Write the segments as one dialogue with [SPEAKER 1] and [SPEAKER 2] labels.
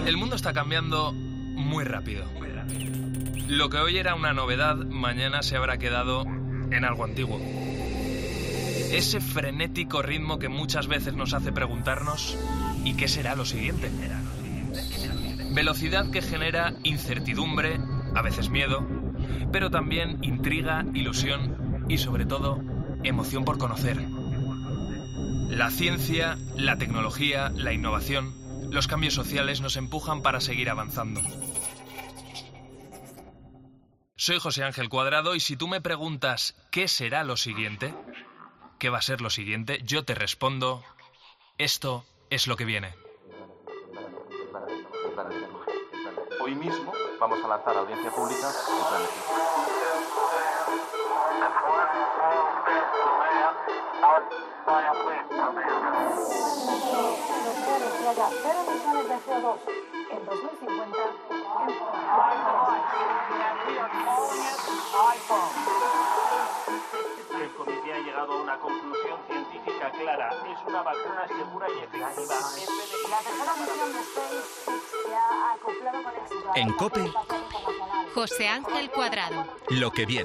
[SPEAKER 1] El mundo está cambiando muy rápido. Lo que hoy era una novedad, mañana se habrá quedado en algo antiguo. Ese frenético ritmo que muchas veces nos hace preguntarnos ¿y qué será lo siguiente? Velocidad que genera incertidumbre, a veces miedo, pero también intriga, ilusión y sobre todo emoción por conocer. La ciencia, la tecnología, la innovación, los cambios sociales nos empujan para seguir avanzando. Soy José Ángel Cuadrado y si tú me preguntas ¿qué será lo siguiente? ¿Qué va a ser lo siguiente? Yo te respondo, esto es lo que viene.
[SPEAKER 2] Hoy mismo vamos a lanzar a audiencia pública el plan de ciencia.
[SPEAKER 3] En 2050.
[SPEAKER 2] El comité ha llegado a una conclusión científica clara. Es una vacuna segura y efectiva.
[SPEAKER 3] La tercera misión de SpaceX se ha acoplado con éxito.
[SPEAKER 4] En COPE,
[SPEAKER 5] José Ángel Cuadrado.
[SPEAKER 4] lo que viene.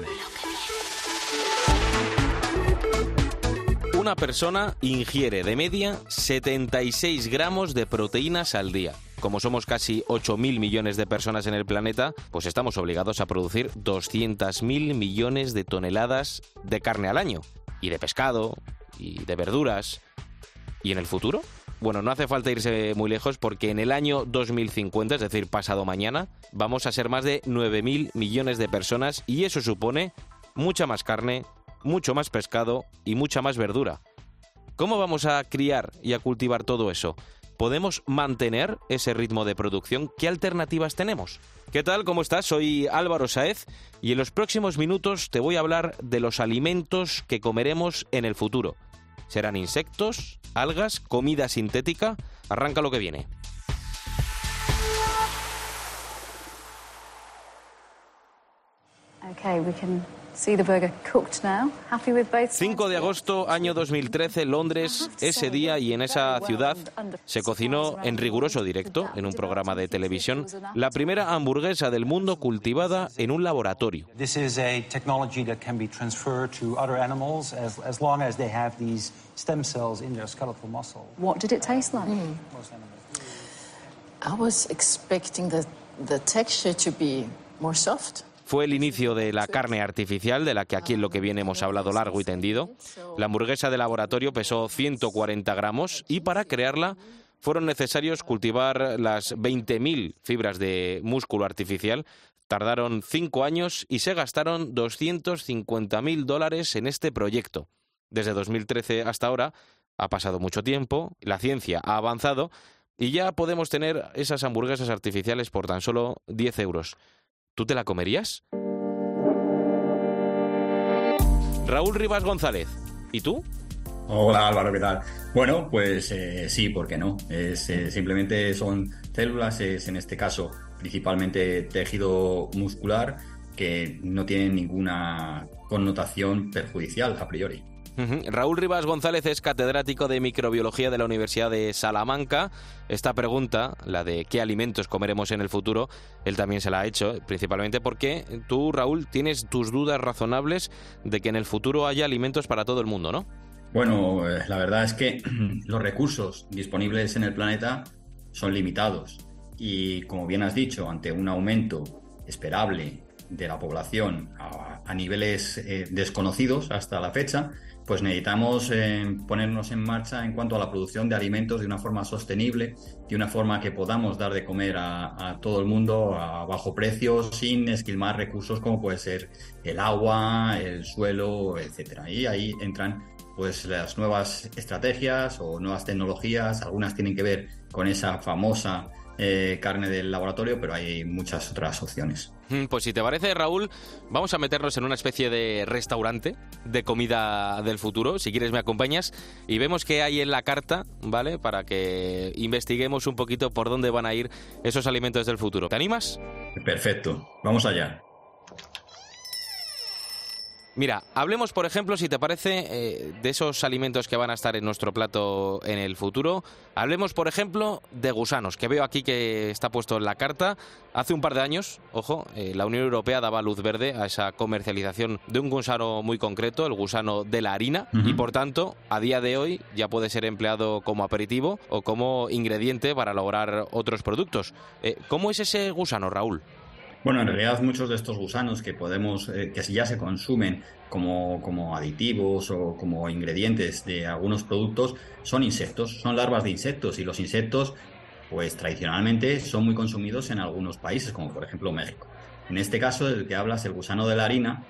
[SPEAKER 6] Una persona ingiere de media 76 gramos de proteínas al día. Como somos casi 8.000 millones de personas en el planeta, pues estamos obligados a producir 200.000 millones de toneladas de carne al año. Y de pescado, y de verduras. ¿Y en el futuro? Bueno, no hace falta irse muy lejos porque en el año 2050, es decir, pasado mañana, vamos a ser más de 9.000 millones de personas y eso supone mucha más carne, mucho más pescado y mucha más verdura. ¿Cómo vamos a criar y a cultivar todo eso? ¿Podemos mantener ese ritmo de producción? ¿Qué alternativas tenemos? ¿Qué tal? ¿Cómo estás? Soy Álvaro Sáez y en los próximos minutos te voy a hablar de los alimentos que comeremos en el futuro. ¿Serán insectos, algas, comida sintética? Arranca lo que viene.
[SPEAKER 7] Okay, we can see the burger cooked now. Happy with both sides?
[SPEAKER 6] 5 de agosto, año 2013, Londres. Ese día y en esa ciudad se cocinó en riguroso directo, en un programa de televisión, la primera hamburguesa del mundo cultivada en un laboratorio.
[SPEAKER 8] This is a technology that can be transferred to other animals as long as they have these stem cells in their skeletal muscle.
[SPEAKER 7] What did it taste like?
[SPEAKER 8] Most animals.
[SPEAKER 9] I was expecting the texture to be more soft.
[SPEAKER 6] Fue el inicio de la carne artificial, de la que aquí en lo que viene hemos hablado largo y tendido. La hamburguesa de laboratorio pesó 140 gramos y para crearla fueron necesarios cultivar las 20.000 fibras de músculo artificial. Tardaron 5 años y se gastaron $250.000 en este proyecto. Desde 2013 hasta ahora ha pasado mucho tiempo, la ciencia ha avanzado y ya podemos tener esas hamburguesas artificiales por tan solo 10 euros. ¿Tú te la comerías? Raúl Rivas González. ¿Y tú?
[SPEAKER 10] Hola Álvaro, ¿qué tal? Bueno, pues sí, ¿por qué no? Simplemente son células, en este caso principalmente tejido muscular, que no tienen ninguna connotación perjudicial a priori.
[SPEAKER 6] Raúl Rivas González es catedrático de microbiología de la Universidad de Salamanca. Esta pregunta, la de qué alimentos comeremos en el futuro, él también se la ha hecho, principalmente porque tú, Raúl, tienes tus dudas razonables de que en el futuro haya alimentos para todo el mundo, ¿no?
[SPEAKER 10] Bueno, la verdad es que los recursos disponibles en el planeta son limitados y, como bien has dicho, ante un aumento esperable de la población a niveles desconocidos hasta la fecha, pues necesitamos ponernos en marcha en cuanto a la producción de alimentos de una forma sostenible, de una forma que podamos dar de comer a todo el mundo a bajo precio, sin esquilmar recursos como puede ser el agua, el suelo, etcétera. Y ahí entran pues las nuevas estrategias o nuevas tecnologías. Algunas tienen que ver con esa famosa carne del laboratorio, pero hay muchas otras opciones.
[SPEAKER 6] Pues si te parece, Raúl, vamos a meternos en una especie de restaurante de comida del futuro. Si quieres me acompañas y vemos qué hay en la carta, ¿vale? Para que investiguemos un poquito por dónde van a ir esos alimentos del futuro. ¿Te animas?
[SPEAKER 10] Perfecto, vamos allá.
[SPEAKER 6] Mira, hablemos, por ejemplo, si te parece, de esos alimentos que van a estar en nuestro plato en el futuro. Hablemos, por ejemplo, de gusanos, que veo aquí que está puesto en la carta. Hace un par de años, ojo, la Unión Europea daba luz verde a esa comercialización de un gusano muy concreto, el gusano de la harina, y por tanto, a día de hoy ya puede ser empleado como aperitivo o como ingrediente para lograr otros productos. ¿Cómo es ese gusano, Raúl?
[SPEAKER 10] Bueno, en realidad muchos de estos gusanos que ya se consumen como aditivos o como ingredientes de algunos productos son insectos, son larvas de insectos, y los insectos pues tradicionalmente son muy consumidos en algunos países, como por ejemplo México. En este caso, del que hablas, el gusano de la harina,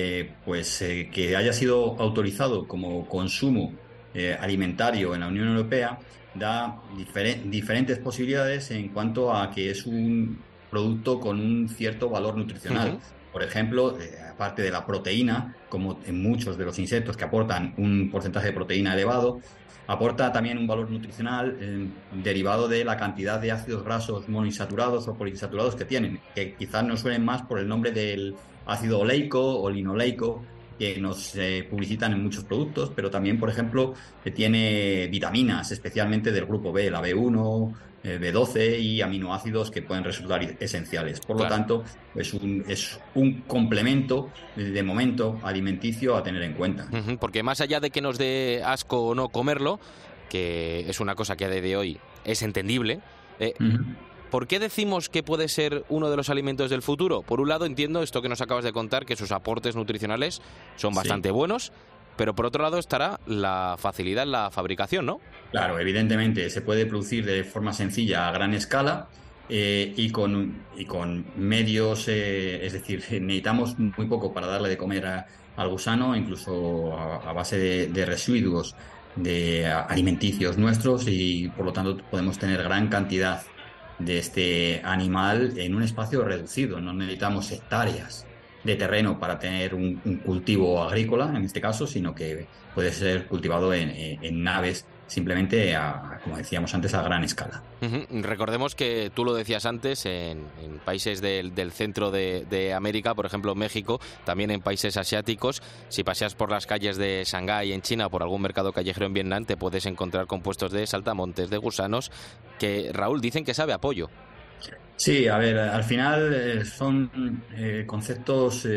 [SPEAKER 10] que haya sido autorizado como consumo alimentario en la Unión Europea, da diferentes posibilidades en cuanto a que es un producto con un cierto valor nutricional. Por ejemplo, aparte de la proteína, como en muchos de los insectos que aportan un porcentaje de proteína elevado, aporta también un valor nutricional derivado de la cantidad de ácidos grasos monoinsaturados o poliinsaturados que tienen, que quizás nos suenen más por el nombre del ácido oleico o linoleico, que nos publicitan en muchos productos, pero también, por ejemplo, tiene vitaminas, especialmente del grupo B, la B1, B12 y aminoácidos que pueden resultar esenciales. Por lo tanto, es un complemento, de momento, alimenticio a tener en cuenta.
[SPEAKER 6] Porque más allá de que nos dé asco o no comerlo, que es una cosa que a día de hoy es entendible, ¿por qué decimos que puede ser uno de los alimentos del futuro? Por un lado, entiendo esto que nos acabas de contar, que sus aportes nutricionales son bastante buenos, pero por otro lado estará la facilidad en la fabricación, ¿no? Claro,
[SPEAKER 10] evidentemente se puede producir de forma sencilla a gran escala y con medios, es decir, necesitamos muy poco para darle de comer al gusano, incluso a base de residuos de alimenticios nuestros, y por lo tanto podemos tener gran cantidad de este animal en un espacio reducido. No necesitamos hectáreas de terreno para tener un cultivo agrícola, en este caso, sino que puede ser cultivado en naves, simplemente, como decíamos antes, a gran escala.
[SPEAKER 6] Recordemos que tú lo decías antes, en países del centro de América, por ejemplo México, también en países asiáticos, si paseas por las calles de Shanghái en China o por algún mercado callejero en Vietnam, te puedes encontrar compuestos de saltamontes, de gusanos, que, Raúl, dicen que sabe a pollo.
[SPEAKER 10] Sí, a ver, al final son conceptos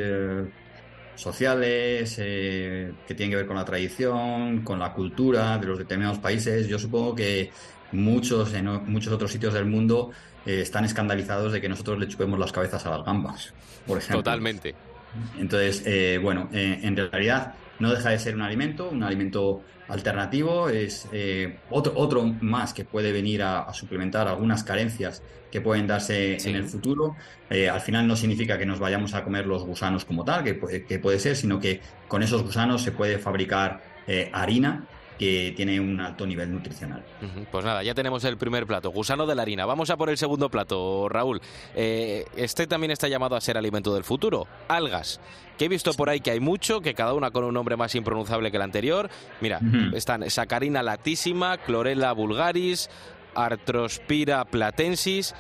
[SPEAKER 10] sociales que tienen que ver con la tradición, con la cultura de los determinados países. Yo supongo que en muchos otros sitios del mundo están escandalizados de que nosotros le chupemos las cabezas a las gambas, por ejemplo.
[SPEAKER 6] Totalmente.
[SPEAKER 10] Entonces, en realidad no deja de ser un alimento alternativo, es otro más que puede venir a suplementar algunas carencias que pueden darse en el futuro. Al final no significa que nos vayamos a comer los gusanos como tal, que puede ser, sino que con esos gusanos se puede fabricar harina que tiene un alto nivel nutricional.
[SPEAKER 6] Pues nada, ya tenemos el primer plato, gusano de la harina. Vamos a por el segundo plato, Raúl. Este también está llamado a ser alimento del futuro, algas, que he visto por ahí que hay mucho, que cada una con un nombre más impronunciable que el anterior. Mira, están Saccharina lactissima, Chlorella vulgaris, Arthrospira platensis.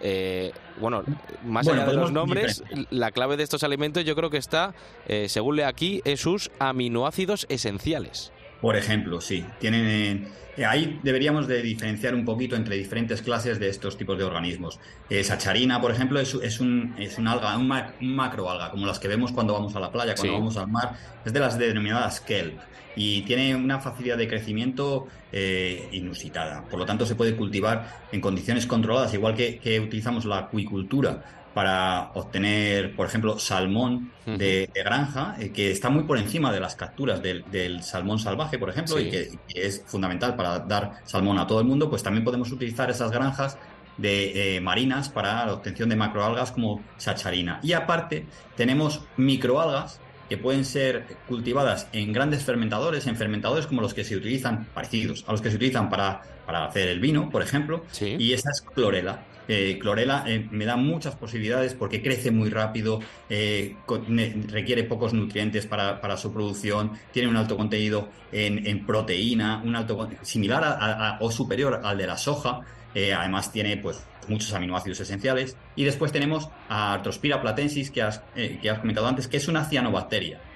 [SPEAKER 6] Más allá de los nombres, la clave de estos alimentos yo creo que está, según leo aquí, en sus aminoácidos esenciales.
[SPEAKER 10] Por ejemplo, sí. Ahí deberíamos de diferenciar un poquito entre diferentes clases de estos tipos de organismos. Saccharina, por ejemplo, es un alga, un macroalga, como las que vemos cuando vamos a la playa, cuando vamos al mar. Es de las denominadas kelp y tiene una facilidad de crecimiento inusitada. Por lo tanto, se puede cultivar en condiciones controladas, igual que utilizamos la acuicultura para obtener, por ejemplo, salmón de granja, que está muy por encima de las capturas del salmón salvaje, por ejemplo, y que es fundamental para dar salmón a todo el mundo. Pues también podemos utilizar esas granjas de marinas para la obtención de macroalgas como Saccharina. Y aparte tenemos microalgas que pueden ser cultivadas en grandes fermentadores, en fermentadores como los que se utilizan, parecidos a los que se utilizan para hacer el vino, por ejemplo, y esa es Chlorella. Chlorella me da muchas posibilidades porque crece muy rápido, requiere pocos nutrientes para su producción, tiene un alto contenido en proteína, similar o superior al de la soja. Además tiene pues muchos aminoácidos esenciales. Y después tenemos a Arthrospira platensis, que has comentado antes, que es una cianobacteria.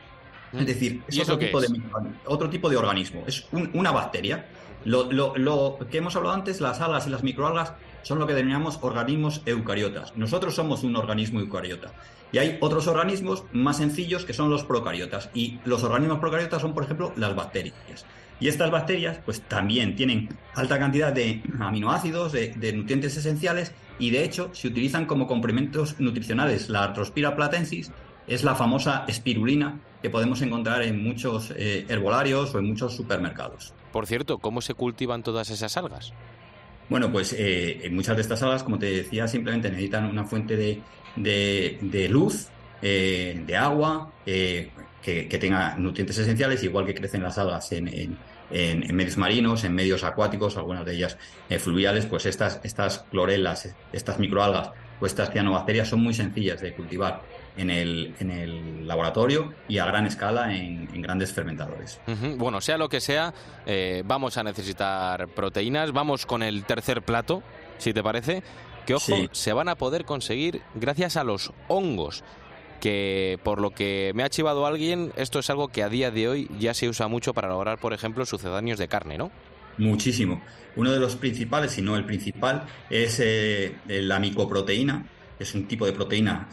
[SPEAKER 10] Es decir, es otro tipo de organismo. Es una bacteria. Lo que hemos hablado antes, las algas y las microalgas son lo que denominamos organismos eucariotas. Nosotros somos un organismo eucariota. Y hay otros organismos más sencillos que son los procariotas. Y los organismos procariotas son, por ejemplo, las bacterias. Y estas bacterias, pues también tienen alta cantidad de aminoácidos, de nutrientes esenciales, y de hecho se utilizan como complementos nutricionales. La Arthrospira platensis es la famosa espirulina que podemos encontrar en muchos herbolarios o en muchos supermercados.
[SPEAKER 6] Por cierto, ¿cómo se cultivan todas esas algas?
[SPEAKER 10] Bueno, pues muchas de estas algas, como te decía, simplemente necesitan una fuente de luz, de agua, que tenga nutrientes esenciales, igual que crecen las algas en medios marinos, en medios acuáticos, algunas de ellas fluviales. Pues estas clorelas, estas microalgas o estas cianobacterias son muy sencillas de cultivar en el laboratorio y a gran escala en grandes fermentadores.
[SPEAKER 6] Bueno, sea lo que sea, vamos a necesitar proteínas. Vamos con el tercer plato, si te parece, que, ojo, sí, se van a poder conseguir gracias a los hongos, que por lo que me ha chivado alguien, esto es algo que a día de hoy ya se usa mucho para elaborar, por ejemplo, sucedáneos de carne, ¿no? Muchísimo.
[SPEAKER 10] Uno de los principales, si no el principal, es la micoproteína. Es un tipo de proteína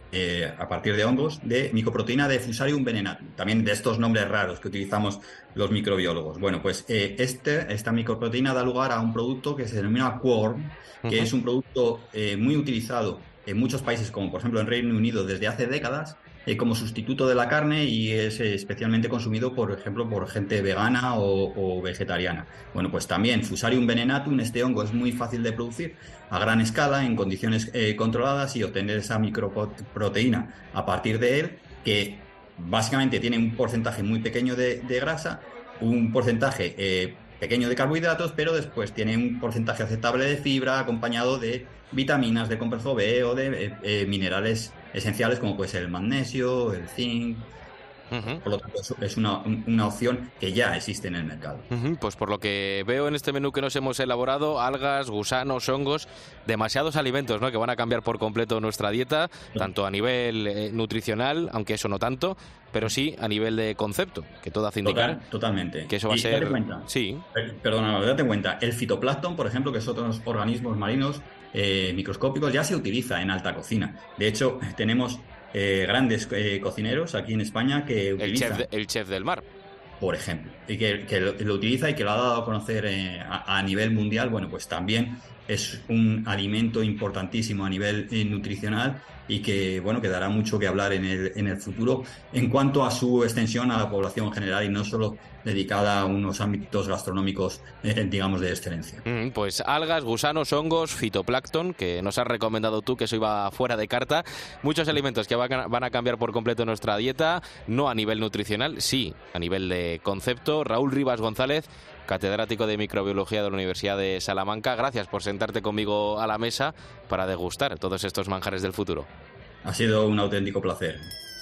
[SPEAKER 10] a partir de hongos, de micoproteína de Fusarium venenatum, también de estos nombres raros que utilizamos los microbiólogos. Bueno, pues esta micoproteína da lugar a un producto que se denomina Quorn, que es un producto muy utilizado en muchos países, como por ejemplo en Reino Unido desde hace décadas, como sustituto de la carne, y es especialmente consumido, por ejemplo, por gente vegana o vegetariana. Bueno, pues también Fusarium venenatum, este hongo es muy fácil de producir a gran escala, en condiciones controladas, y obtener esa microproteína a partir de él, que básicamente tiene un porcentaje muy pequeño de grasa, un porcentaje pequeño de carbohidratos, pero después tiene un porcentaje aceptable de fibra, acompañado de vitaminas, de complejo B o de minerales esenciales, como puede ser el magnesio, el zinc. Por lo tanto, es una opción que ya existe en el mercado. Pues por lo que veo en este menú que nos hemos elaborado, algas, gusanos, hongos, demasiados alimentos, ¿no?, que van a cambiar por completo nuestra dieta, tanto a nivel nutricional, aunque eso no tanto, pero sí a nivel de concepto, que todo hace indicar totalmente que eso va a ser... Date cuenta, sí. Perdona, date cuenta, el fitoplancton, por ejemplo, que son otros organismos marinos microscópicos, ya se utiliza en alta cocina. De hecho, tenemos grandes cocineros aquí en España que utilizan... El chef del mar, por ejemplo, y que lo utiliza y que lo ha dado a conocer a nivel mundial. Bueno, pues también es un alimento importantísimo a nivel nutricional, y que, bueno, que dará mucho que hablar en el futuro en cuanto a su extensión a la población en general, y no solo dedicada a unos ámbitos gastronómicos, digamos, de excelencia. Pues algas, gusanos, hongos, fitoplancton, que nos has recomendado tú, que eso iba fuera de carta. Muchos alimentos que van a cambiar por completo nuestra dieta, no a nivel nutricional, sí a nivel de concepto. Raúl Rivas González, catedrático de microbiología de la Universidad de Salamanca, gracias por sentarte conmigo a la mesa para degustar todos estos manjares del futuro. Ha sido un auténtico placer.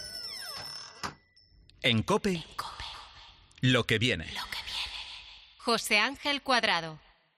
[SPEAKER 4] En COPE, lo que viene.
[SPEAKER 5] José Ángel Cuadrado.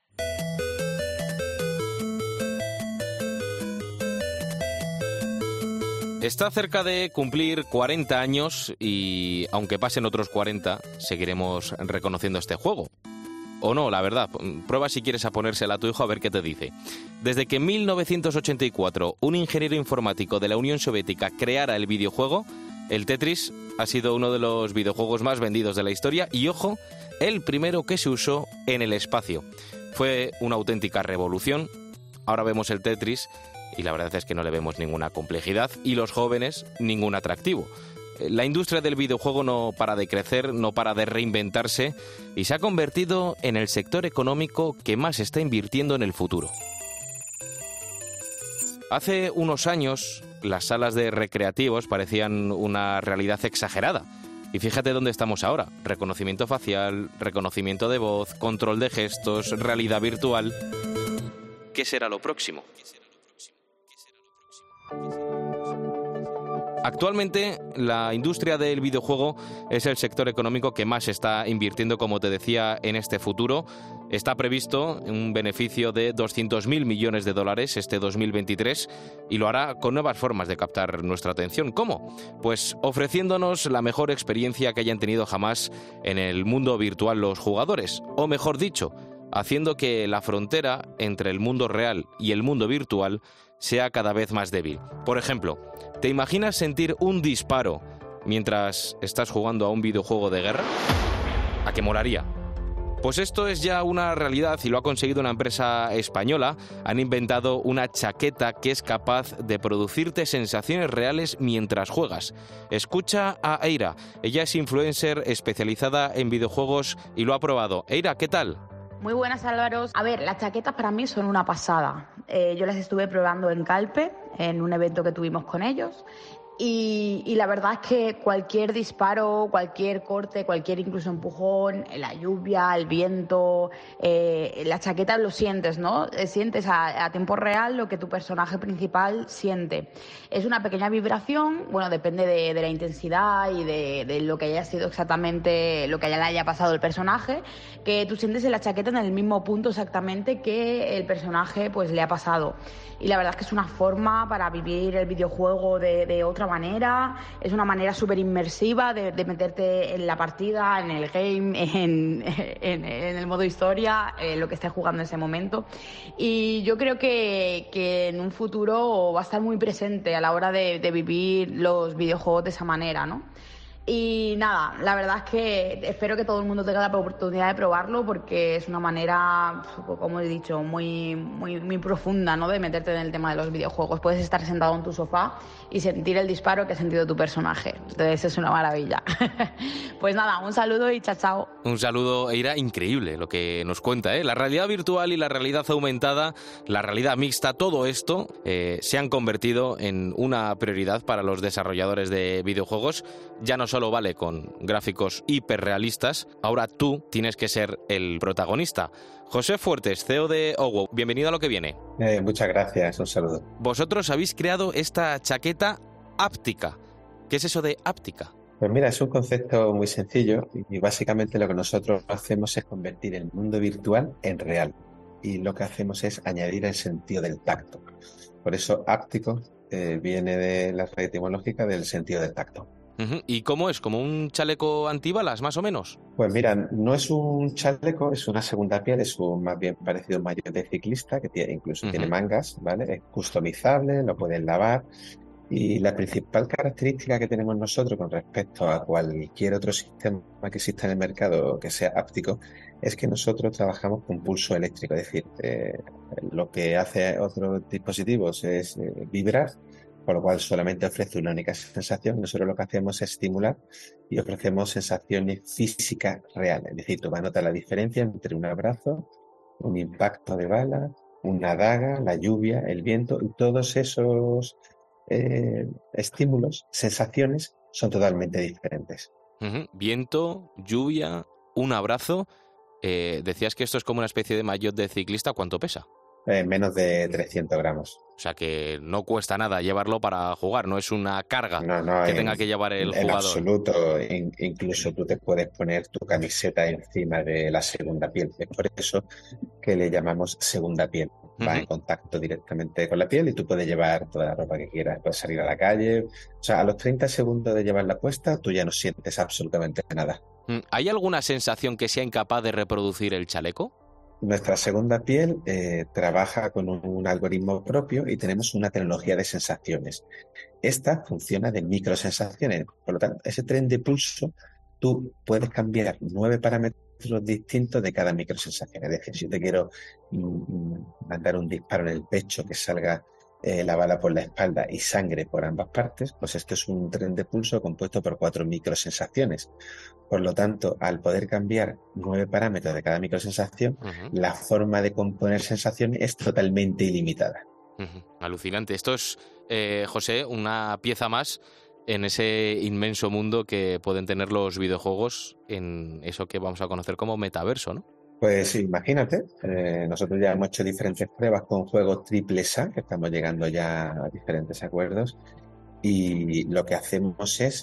[SPEAKER 6] Está cerca de cumplir 40 años y, aunque pasen otros 40, seguiremos reconociendo este juego. O no, la verdad. Prueba si quieres a ponérsela a tu hijo a ver qué te dice. Desde que en 1984 un ingeniero informático de la Unión Soviética creara el videojuego, el Tetris ha sido uno de los videojuegos más vendidos de la historia y, ojo, el primero que se usó en el espacio. Fue una auténtica revolución. Ahora vemos el Tetris y la verdad es que no le vemos ninguna complejidad, y los jóvenes ningún atractivo. La industria del videojuego no para de crecer, no para de reinventarse, y se ha convertido en el sector económico que más está invirtiendo en el futuro. Hace unos años, las salas de recreativos parecían una realidad exagerada. Y fíjate dónde estamos ahora. Reconocimiento facial, reconocimiento de voz, control de gestos, realidad virtual. ¿Qué será lo próximo? Actualmente, la industria del videojuego es el sector económico que más está invirtiendo, como te decía, en este futuro. Está previsto un beneficio de 200.000 millones de dólares este 2023 y lo hará con nuevas formas de captar nuestra atención. ¿Cómo? Pues ofreciéndonos la mejor experiencia que hayan tenido jamás en el mundo virtual los jugadores, o mejor dicho, haciendo que la frontera entre el mundo real y el mundo virtual sea cada vez más débil. Por ejemplo, ¿te imaginas sentir un disparo mientras estás jugando a un videojuego de guerra? ¿A qué molaría? Pues esto es ya una realidad y lo ha conseguido una empresa española. Han inventado una chaqueta que es capaz de producirte sensaciones reales mientras juegas. Escucha a Eira. Ella es influencer especializada en videojuegos y lo ha probado. Eira, ¿qué tal?
[SPEAKER 11] Muy buenas, Álvaro. A ver, las chaquetas para mí son una pasada. Yo las estuve probando en Calpe, en un evento que tuvimos con ellos. Y la verdad es que cualquier disparo, cualquier corte, cualquier incluso empujón, la lluvia, el viento, la chaqueta lo sientes, ¿no? Sientes a tiempo real lo que tu personaje principal siente. Es una pequeña vibración, bueno, depende de la intensidad y de lo que haya sido exactamente, lo que le haya pasado el personaje, que tú sientes en la chaqueta en el mismo punto exactamente que el personaje pues le ha pasado. Y la verdad es que es una forma para vivir el videojuego de otra manera, es una manera súper inmersiva de meterte en la partida, en el game, en el modo historia, lo que estés jugando en ese momento. Y yo creo que en un futuro va a estar muy presente a la hora de vivir los videojuegos de esa manera, ¿no? Y nada, la verdad es que espero que todo el mundo tenga la oportunidad de probarlo porque es una manera, como he dicho, muy profunda, ¿no?, de meterte en el tema de los videojuegos. Puedes estar sentado en tu sofá y sentir el disparo que ha sentido tu personaje. Entonces es una maravilla. Pues nada, un saludo y chao, chao.
[SPEAKER 6] Un saludo, Eira. Increíble lo que nos cuenta, ¿eh? La realidad virtual y la realidad aumentada, la realidad mixta, todo esto se han convertido en una prioridad para los desarrolladores de videojuegos. Ya no solo vale con gráficos hiperrealistas, ahora tú tienes que ser el protagonista. José Fuertes, CEO de OWO, bienvenido a Lo que Viene.
[SPEAKER 12] Muchas gracias, un saludo.
[SPEAKER 6] Vosotros habéis creado esta chaqueta áptica. ¿Qué es eso de áptica?
[SPEAKER 12] Pues mira, es un concepto muy sencillo y básicamente lo que nosotros hacemos es convertir el mundo virtual en real. Y lo que hacemos es añadir el sentido del tacto. Por eso áptico viene de la raíz etimológica del sentido del tacto.
[SPEAKER 6] ¿Y cómo es? ¿Como un chaleco antibalas, más o menos?
[SPEAKER 12] Pues mira, no es un chaleco, es una segunda piel, es más bien parecido a un maillot de ciclista, que incluso tiene mangas, ¿vale? Es customizable, lo puedes lavar. Y la principal característica que tenemos nosotros con respecto a cualquier otro sistema que exista en el mercado que sea áptico es que nosotros trabajamos con pulso eléctrico, es decir, lo que hace otros dispositivos es vibrar, por lo cual solamente ofrece una única sensación. Nosotros lo que hacemos es estimular y ofrecemos sensaciones físicas reales. Es decir, tú vas a notar la diferencia entre un abrazo, un impacto de bala, una daga, la lluvia, el viento, y todos esos estímulos, sensaciones, son totalmente diferentes.
[SPEAKER 6] Viento, lluvia, un abrazo. Decías que esto es como una especie de maillot de ciclista. ¿Cuánto pesa?
[SPEAKER 12] Menos de 300 gramos.
[SPEAKER 6] O sea que no cuesta nada llevarlo para jugar, no es una carga que tenga que llevar el jugador.
[SPEAKER 12] En absoluto, incluso tú te puedes poner tu camiseta encima de la segunda piel. Es por eso que le llamamos segunda piel. Va en contacto directamente con la piel y tú puedes llevar toda la ropa que quieras. Puedes salir a la calle. O sea, a los 30 segundos de llevarla puesta, tú ya no sientes absolutamente nada.
[SPEAKER 6] ¿Hay alguna sensación que sea incapaz de reproducir el chaleco?
[SPEAKER 12] Nuestra segunda piel trabaja con un algoritmo propio y tenemos una tecnología de sensaciones. Esta funciona de microsensaciones. Por lo tanto, ese tren de pulso, tú puedes cambiar 9 parámetros distintos de cada microsensación. Es decir, si yo te quiero mandar un disparo en el pecho, que salga la bala por la espalda y sangre por ambas partes, pues esto es un tren de pulso compuesto por 4 microsensaciones. Por lo tanto, al poder cambiar 9 parámetros de cada microsensación, la forma de componer sensaciones es totalmente ilimitada.
[SPEAKER 6] Alucinante. Esto es, José, una pieza más en ese inmenso mundo que pueden tener los videojuegos en eso que vamos a conocer como metaverso, ¿no?
[SPEAKER 12] Pues imagínate, nosotros ya hemos hecho diferentes pruebas con juegos AAA, que estamos llegando ya a diferentes acuerdos, y lo que hacemos es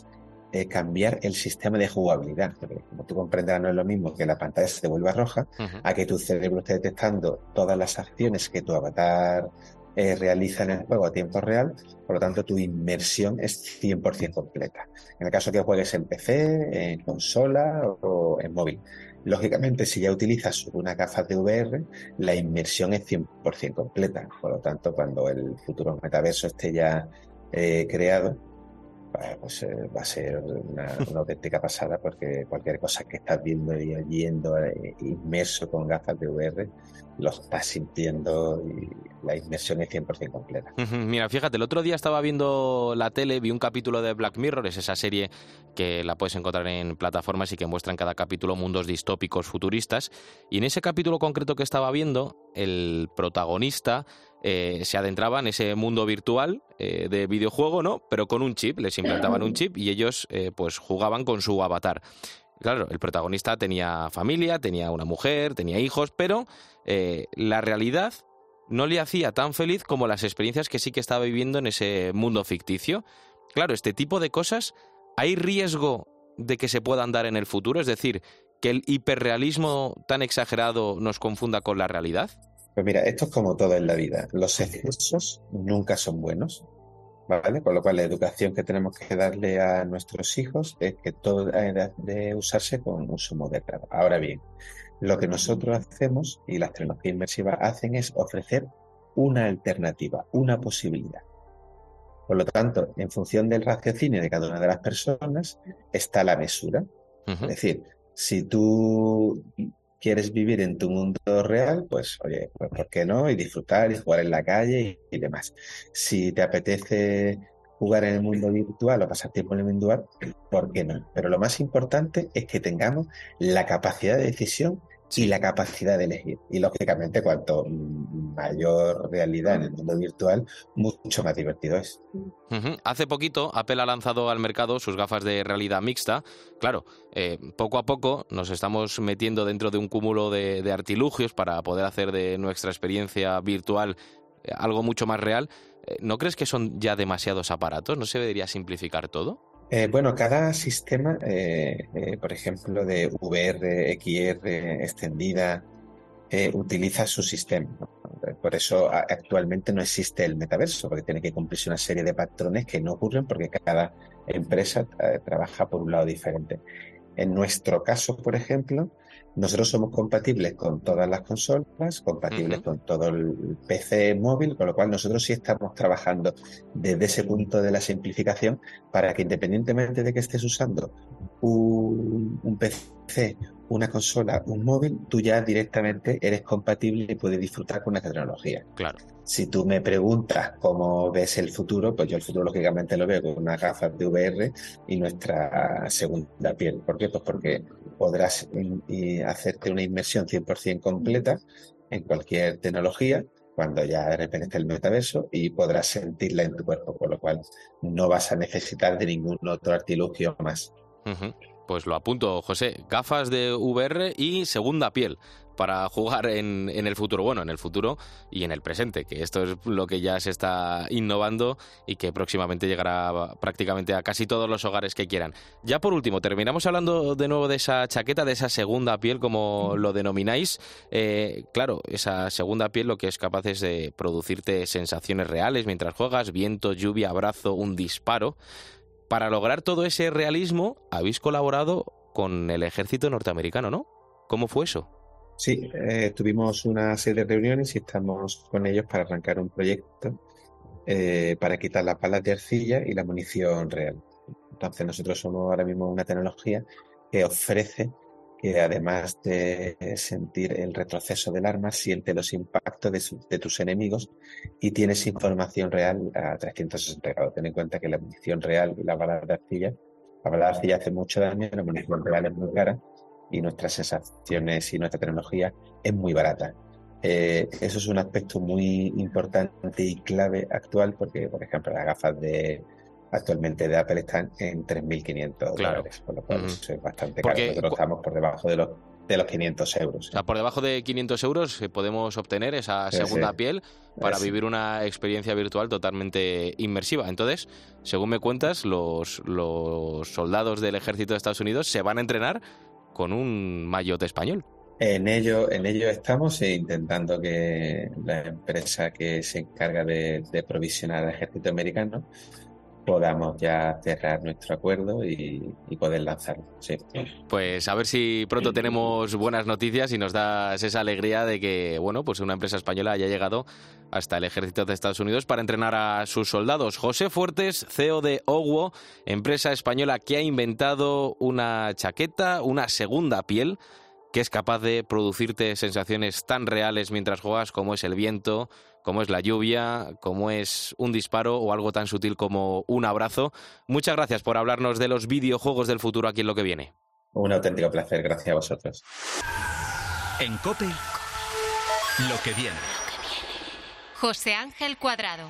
[SPEAKER 12] cambiar el sistema de jugabilidad. Porque, como tú comprenderás, no es lo mismo que la pantalla se te vuelva roja a que tu cerebro esté detectando todas las acciones que tu avatar realiza en el juego a tiempo real. Por lo tanto, tu inmersión es 100% completa. En el caso que juegues en PC, en consola o en móvil. Lógicamente, si ya utilizas unas gafas de VR, la inmersión es 100% completa. Por lo tanto, cuando el futuro metaverso esté ya creado, pues va a ser una auténtica pasada, porque cualquier cosa que estás viendo y oyendo inmerso con gafas de VR, lo estás sintiendo y la inmersión es 100% completa.
[SPEAKER 6] Mira, fíjate, el otro día estaba viendo la tele, vi un capítulo de Black Mirror, es esa serie que la puedes encontrar en plataformas y que muestra en cada capítulo mundos distópicos futuristas, y en ese capítulo concreto que estaba viendo, el protagonista se adentraba en ese mundo virtual de videojuego, ¿no? Pero con un chip, les implantaban un chip y ellos pues jugaban con su avatar. Claro, el protagonista tenía familia, tenía una mujer, tenía hijos, pero la realidad no le hacía tan feliz como las experiencias que sí que estaba viviendo en ese mundo ficticio. Claro, este tipo de cosas, ¿hay riesgo de que se puedan dar en el futuro? Es decir, ¿que el hiperrealismo tan exagerado nos confunda con la realidad?
[SPEAKER 12] Pues mira, esto es como todo en la vida. Los excesos nunca son buenos, ¿vale? Con lo cual, la educación que tenemos que darle a nuestros hijos es que todo ha de usarse con uso moderado. Ahora bien, lo que nosotros hacemos y las tecnologías inmersivas hacen es ofrecer una alternativa, una posibilidad. Por lo tanto, en función del raciocinio de cada una de las personas está la mesura. Es decir, si tú quieres vivir en tu mundo real, pues oye, pues ¿por qué no? Y disfrutar y jugar en la calle y demás. Si te apetece jugar en el mundo virtual o pasar tiempo en el mundo virtual, ¿por qué no? Pero lo más importante es que tengamos la capacidad de decisión y la capacidad de elegir. Y lógicamente, cuanto mayor realidad en el mundo virtual, mucho más divertido es.
[SPEAKER 6] Hace poquito, Apple ha lanzado al mercado sus gafas de realidad mixta. Claro, poco a poco nos estamos metiendo dentro de un cúmulo de artilugios para poder hacer de nuestra experiencia virtual algo mucho más real. ¿No crees que son ya demasiados aparatos? ¿No se debería simplificar todo?
[SPEAKER 12] Bueno, cada sistema, por ejemplo, de VR, XR, extendida, utiliza su sistema, ¿no? Por eso actualmente no existe el metaverso, porque tiene que cumplirse una serie de patrones que no ocurren porque cada empresa trabaja por un lado diferente. En nuestro caso, por ejemplo, nosotros somos compatibles con todas las consolas, compatibles con todo el PC móvil, con lo cual nosotros sí estamos trabajando desde ese punto de la simplificación para que, independientemente de que estés usando un PC, una consola, un móvil, tú ya directamente eres compatible y puedes disfrutar con una tecnología.
[SPEAKER 6] Claro.
[SPEAKER 12] Si tú me preguntas cómo ves el futuro, pues yo el futuro lógicamente lo veo con unas gafas de VR y nuestra segunda piel. ¿Por qué? Pues porque podrás hacerte una inmersión 100% completa en cualquier tecnología cuando ya de repente esté el metaverso y podrás sentirla en tu cuerpo, con lo cual no vas a necesitar de ningún otro artilugio más.
[SPEAKER 6] Pues lo apunto, José. Gafas de VR y segunda piel para jugar en el futuro. Bueno, en el futuro y en el presente, que esto es lo que ya se está innovando y que próximamente llegará prácticamente a casi todos los hogares que quieran. Ya por último, terminamos hablando de nuevo de esa chaqueta, de esa segunda piel, como lo denomináis. Claro, esa segunda piel lo que es capaz es de producirte sensaciones reales mientras juegas, viento, lluvia, abrazo, un disparo. Para lograr todo ese realismo, habéis colaborado con el ejército norteamericano, ¿no? ¿Cómo fue eso?
[SPEAKER 12] Sí, tuvimos una serie de reuniones y estamos con ellos para arrancar un proyecto para quitar las balas de arcilla y la munición real. Entonces nosotros somos ahora mismo una tecnología que ofrece que, además de sentir el retroceso del arma, siente los impactos de tus enemigos y tienes información real a 360 grados. Ten en cuenta que la munición real y la bala de arcilla hace mucho daño, la munición real es muy cara y nuestras sensaciones y nuestra tecnología es muy barata. Eso es un aspecto muy importante y clave actual porque, por ejemplo, las gafas actualmente de Apple están en $3.500, por lo cual eso es bastante caro. Nosotros estamos por debajo de los de los 500 euros.
[SPEAKER 6] O sea, por debajo de 500 euros podemos obtener esa segunda piel para vivir una experiencia virtual totalmente inmersiva. Entonces, según me cuentas, los soldados del ejército de Estados Unidos se van a entrenar con un maillot español.
[SPEAKER 12] En ello estamos intentando que la empresa que se encarga de provisionar al ejército americano podamos ya cerrar nuestro acuerdo y poder lanzarlo. Sí.
[SPEAKER 6] Pues a ver si pronto tenemos buenas noticias y nos das esa alegría de que, bueno, pues una empresa española haya llegado hasta el ejército de Estados Unidos para entrenar a sus soldados. José Fuertes, CEO de Owo, empresa española que ha inventado una chaqueta, una segunda piel, que es capaz de producirte sensaciones tan reales mientras juegas como es el viento, como es la lluvia, como es un disparo o algo tan sutil como un abrazo. Muchas gracias por hablarnos de los videojuegos del futuro aquí en Lo que viene.
[SPEAKER 12] Un auténtico placer, gracias a vosotros.
[SPEAKER 4] En COPE, Lo que viene.
[SPEAKER 5] José Ángel Cuadrado.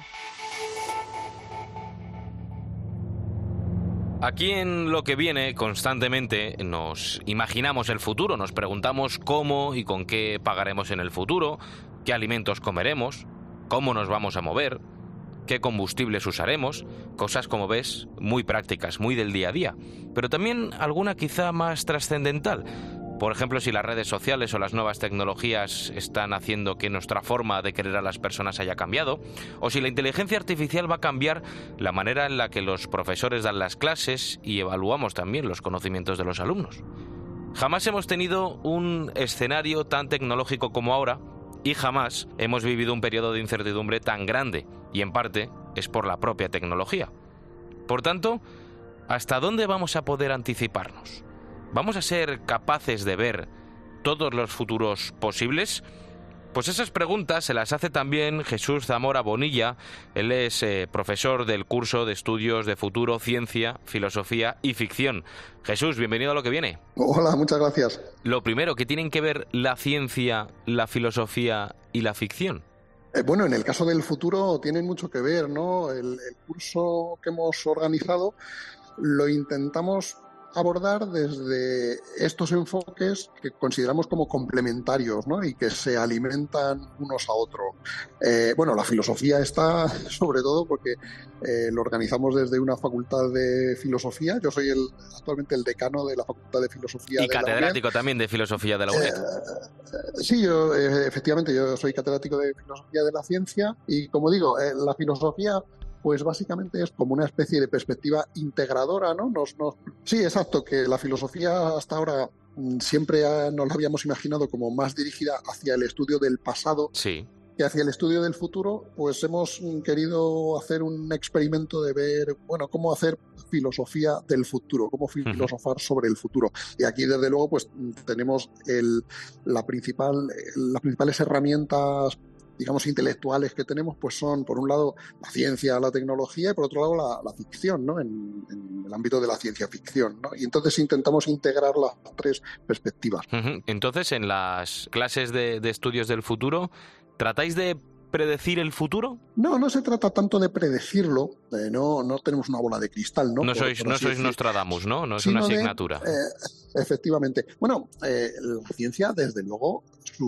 [SPEAKER 6] Aquí en Lo que viene constantemente nos imaginamos el futuro, nos preguntamos cómo y con qué pagaremos en el futuro, qué alimentos comeremos, cómo nos vamos a mover, qué combustibles usaremos, cosas, como ves, muy prácticas, muy del día a día, pero también alguna quizá más trascendental. Por ejemplo, si las redes sociales o las nuevas tecnologías están haciendo que nuestra forma de querer a las personas haya cambiado, o si la inteligencia artificial va a cambiar la manera en la que los profesores dan las clases y evaluamos también los conocimientos de los alumnos. Jamás hemos tenido un escenario tan tecnológico como ahora y jamás hemos vivido un periodo de incertidumbre tan grande, y en parte es por la propia tecnología. Por tanto, ¿hasta dónde vamos a poder anticiparnos? ¿Vamos a ser capaces de ver todos los futuros posibles? Pues esas preguntas se las hace también Jesús Zamora Bonilla. Él es profesor del curso de estudios de futuro, ciencia, filosofía y ficción. Jesús, bienvenido a Lo que viene.
[SPEAKER 13] Hola, muchas gracias.
[SPEAKER 6] Lo primero, ¿qué tienen que ver la ciencia, la filosofía y la ficción?
[SPEAKER 13] Bueno, en el caso del futuro tienen mucho que ver, ¿no? El curso que hemos organizado lo intentamos abordar desde estos enfoques que consideramos como complementarios, ¿no? Y que se alimentan unos a otros. Bueno, la filosofía está sobre todo porque lo organizamos desde una facultad de filosofía. Yo soy actualmente el decano de la facultad de filosofía.
[SPEAKER 6] Y catedrático también de filosofía de la UNED.
[SPEAKER 13] Sí, yo efectivamente yo soy catedrático de filosofía de la ciencia y, como digo, la filosofía pues básicamente es como una especie de perspectiva integradora, ¿no? Sí, exacto, que la filosofía hasta ahora siempre nos la habíamos imaginado como más dirigida hacia el estudio del pasado,
[SPEAKER 6] sí,
[SPEAKER 13] que hacia el estudio del futuro. Pues hemos querido hacer un experimento de ver, bueno, cómo hacer filosofía del futuro, cómo filosofar sobre el futuro. Y aquí, desde luego, pues tenemos las principales herramientas, digamos, intelectuales que tenemos, pues son, por un lado, la ciencia, la tecnología, y por otro lado, la ficción, ¿no? En el ámbito de la ciencia ficción, ¿no? Y entonces intentamos integrar las tres perspectivas.
[SPEAKER 6] Entonces, en las clases de estudios del futuro, ¿tratáis de predecir el futuro?
[SPEAKER 13] No se trata tanto de predecirlo, no tenemos una bola de cristal, ¿no?
[SPEAKER 6] No sois Nostradamus, ¿no? No es una asignatura.
[SPEAKER 13] Efectivamente. Bueno, la ciencia, desde luego,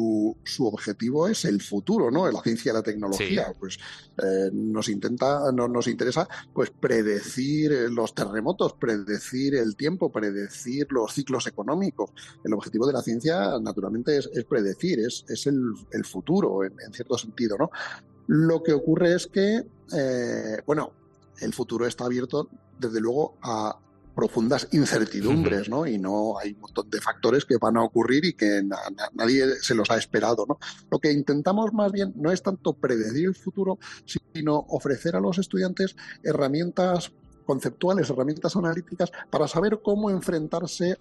[SPEAKER 13] su objetivo es el futuro, ¿no? La ciencia y la tecnología. Sí. Pues nos interesa pues predecir los terremotos, predecir el tiempo, predecir los ciclos económicos. El objetivo de la ciencia, naturalmente, es predecir, es el futuro, en cierto sentido, ¿no? Lo que ocurre es que, el futuro está abierto, desde luego, a profundas incertidumbres, ¿no? Y no hay un montón de factores que van a ocurrir y que nadie se los ha esperado, ¿no? Lo que intentamos más bien no es tanto predecir el futuro, sino ofrecer a los estudiantes herramientas conceptuales, herramientas analíticas para saber cómo enfrentarse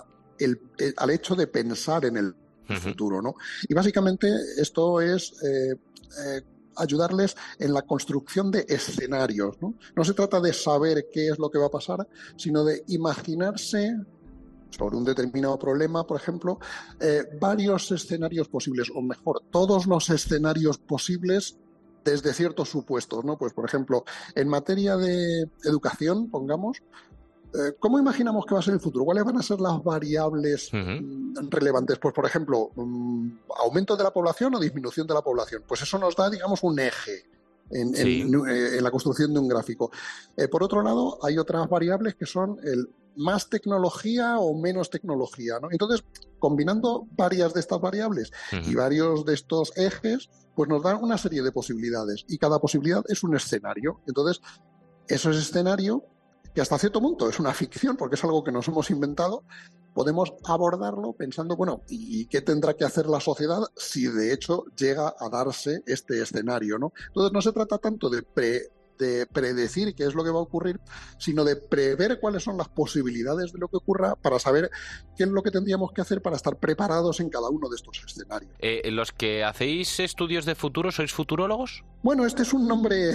[SPEAKER 13] al hecho de pensar en el futuro, ¿no? Y básicamente esto es ayudarles en la construcción de escenarios, ¿no? No se trata de saber qué es lo que va a pasar, sino de imaginarse sobre un determinado problema, por ejemplo, varios escenarios posibles, o mejor, todos los escenarios posibles desde ciertos supuestos, ¿no? Pues, por ejemplo, en materia de educación, pongamos, ¿cómo imaginamos que va a ser el futuro? ¿Cuáles van a ser las variables relevantes? Pues, por ejemplo, aumento de la población o disminución de la población. Pues eso nos da, digamos, un eje en la construcción de un gráfico. Por otro lado, hay otras variables que son el más tecnología o menos tecnología, ¿no? Entonces, combinando varias de estas variables y varios de estos ejes, pues nos dan una serie de posibilidades. Y cada posibilidad es un escenario. Entonces, eso es escenario que hasta cierto punto es una ficción, porque es algo que nos hemos inventado, podemos abordarlo pensando, bueno, ¿y qué tendrá que hacer la sociedad si de hecho llega a darse este escenario, ¿no? Entonces no se trata tanto de predecir qué es lo que va a ocurrir, sino de prever cuáles son las posibilidades de lo que ocurra para saber qué es lo que tendríamos que hacer para estar preparados en cada uno de estos escenarios.
[SPEAKER 6] ¿Los que hacéis estudios de futuro sois futurólogos?
[SPEAKER 13] Bueno, este es un nombre,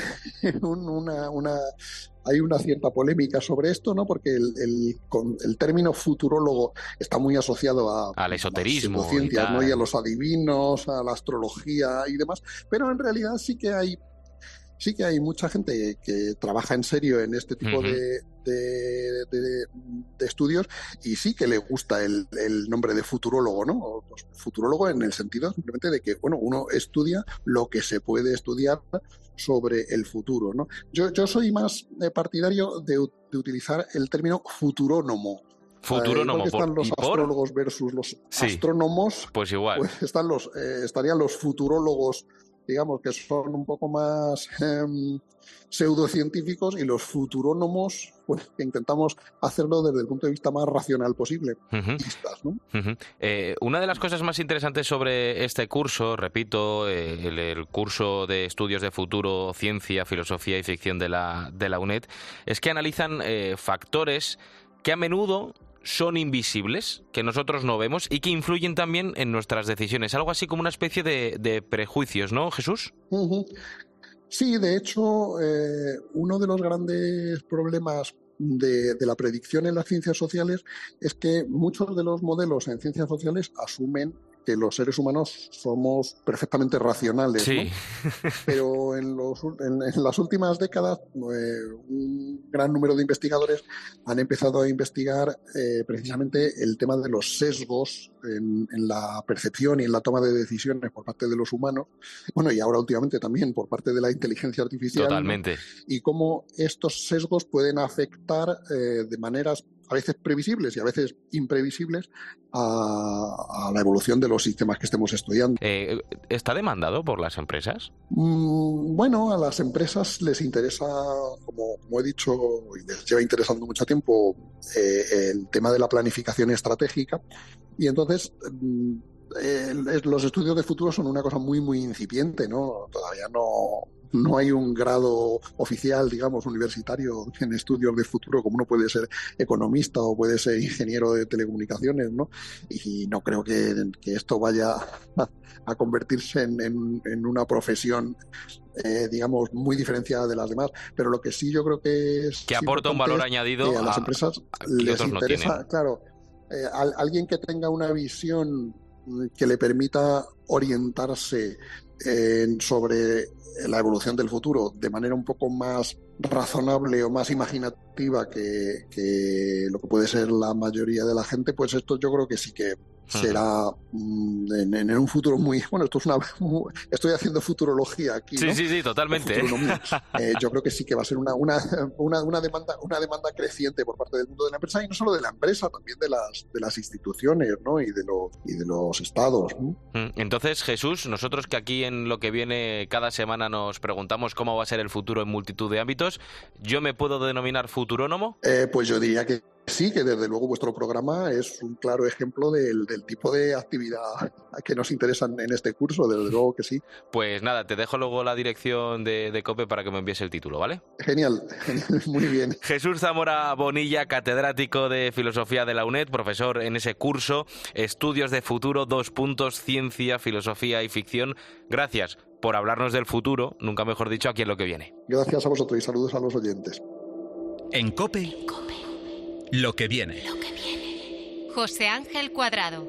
[SPEAKER 13] hay una cierta polémica sobre esto, ¿no? Porque el término futurólogo está muy asociado
[SPEAKER 6] al esoterismo,
[SPEAKER 13] a las ciencias, ¿no? Y a los adivinos, a la astrología y demás, pero en realidad sí que hay mucha gente que trabaja en serio en este tipo de estudios y sí que le gusta el nombre de futurólogo, ¿no? Pues futurólogo en el sentido simplemente de que, bueno, uno estudia lo que se puede estudiar sobre el futuro, ¿no? Yo soy más partidario de utilizar el término futurónomo.
[SPEAKER 6] Futurónomo,
[SPEAKER 13] que están los astrólogos versus los astrónomos,
[SPEAKER 6] pues igual.
[SPEAKER 13] Pues estarían los futurólogos, digamos, que son un poco más pseudocientíficos, y los futurónomos, pues que intentamos hacerlo desde el punto de vista más racional posible. ¿No?
[SPEAKER 6] Una de las cosas más interesantes sobre este curso, repito, el curso de estudios de futuro, ciencia, filosofía y ficción de la UNED, es que analizan factores que a menudo son invisibles, que nosotros no vemos y que influyen también en nuestras decisiones. Algo así como una especie de prejuicios, ¿no, Jesús?
[SPEAKER 13] Sí, de hecho, uno de los grandes problemas de la predicción en las ciencias sociales es que muchos de los modelos en ciencias sociales asumen que los seres humanos somos perfectamente racionales,
[SPEAKER 6] sí,
[SPEAKER 13] ¿no? Pero en las últimas décadas un gran número de investigadores han empezado a investigar precisamente el tema de los sesgos en la percepción y en la toma de decisiones por parte de los humanos, bueno, y ahora últimamente también por parte de la inteligencia artificial.
[SPEAKER 6] Totalmente.
[SPEAKER 13] ¿no? Y cómo estos sesgos pueden afectar de maneras a veces previsibles y a veces imprevisibles a la evolución de los sistemas que estemos estudiando.
[SPEAKER 6] ¿Está demandado por las empresas?
[SPEAKER 13] Bueno, a las empresas les interesa, como he dicho, y les lleva interesando mucho tiempo, el tema de la planificación estratégica, y entonces los estudios de futuro son una cosa muy, muy incipiente, ¿no? Todavía no hay un grado oficial, digamos, universitario en estudios de futuro, como uno puede ser economista o puede ser ingeniero de telecomunicaciones, ¿no? Y no creo que esto vaya a convertirse en una profesión, digamos, muy diferenciada de las demás. Pero lo que sí yo creo que es...
[SPEAKER 6] Que aporta un valor añadido
[SPEAKER 13] a las empresas les interesa, claro, alguien que tenga una visión que le permita orientarse sobre la evolución del futuro de manera un poco más razonable o más imaginativa que lo que puede ser la mayoría de la gente, pues esto yo creo que sí que será en un futuro muy... Bueno, estoy haciendo futurología aquí, ¿no?
[SPEAKER 6] Sí, totalmente.
[SPEAKER 13] Yo creo que sí que va a ser una demanda creciente por parte del mundo de la empresa, y no solo de la empresa, también de las instituciones, ¿no? y de los estados, ¿no?
[SPEAKER 6] Entonces, Jesús, nosotros que aquí en Lo que viene cada semana nos preguntamos cómo va a ser el futuro en multitud de ámbitos, ¿yo me puedo denominar futurónomo?
[SPEAKER 13] Pues yo diría que sí, que desde luego vuestro programa es un claro ejemplo del tipo de actividad que nos interesan en este curso, desde luego que sí.
[SPEAKER 6] Pues nada, te dejo luego la dirección de COPE para que me envíes el título, ¿vale?
[SPEAKER 13] Genial, muy bien.
[SPEAKER 6] Jesús Zamora Bonilla, catedrático de Filosofía de la UNED, profesor en ese curso, Estudios de Futuro, Ciencia, Filosofía y Ficción. Gracias por hablarnos del futuro, nunca mejor dicho, aquí en Lo que viene.
[SPEAKER 13] Gracias a vosotros y saludos a los oyentes.
[SPEAKER 4] En COPE. Lo que viene.
[SPEAKER 5] José Ángel Cuadrado.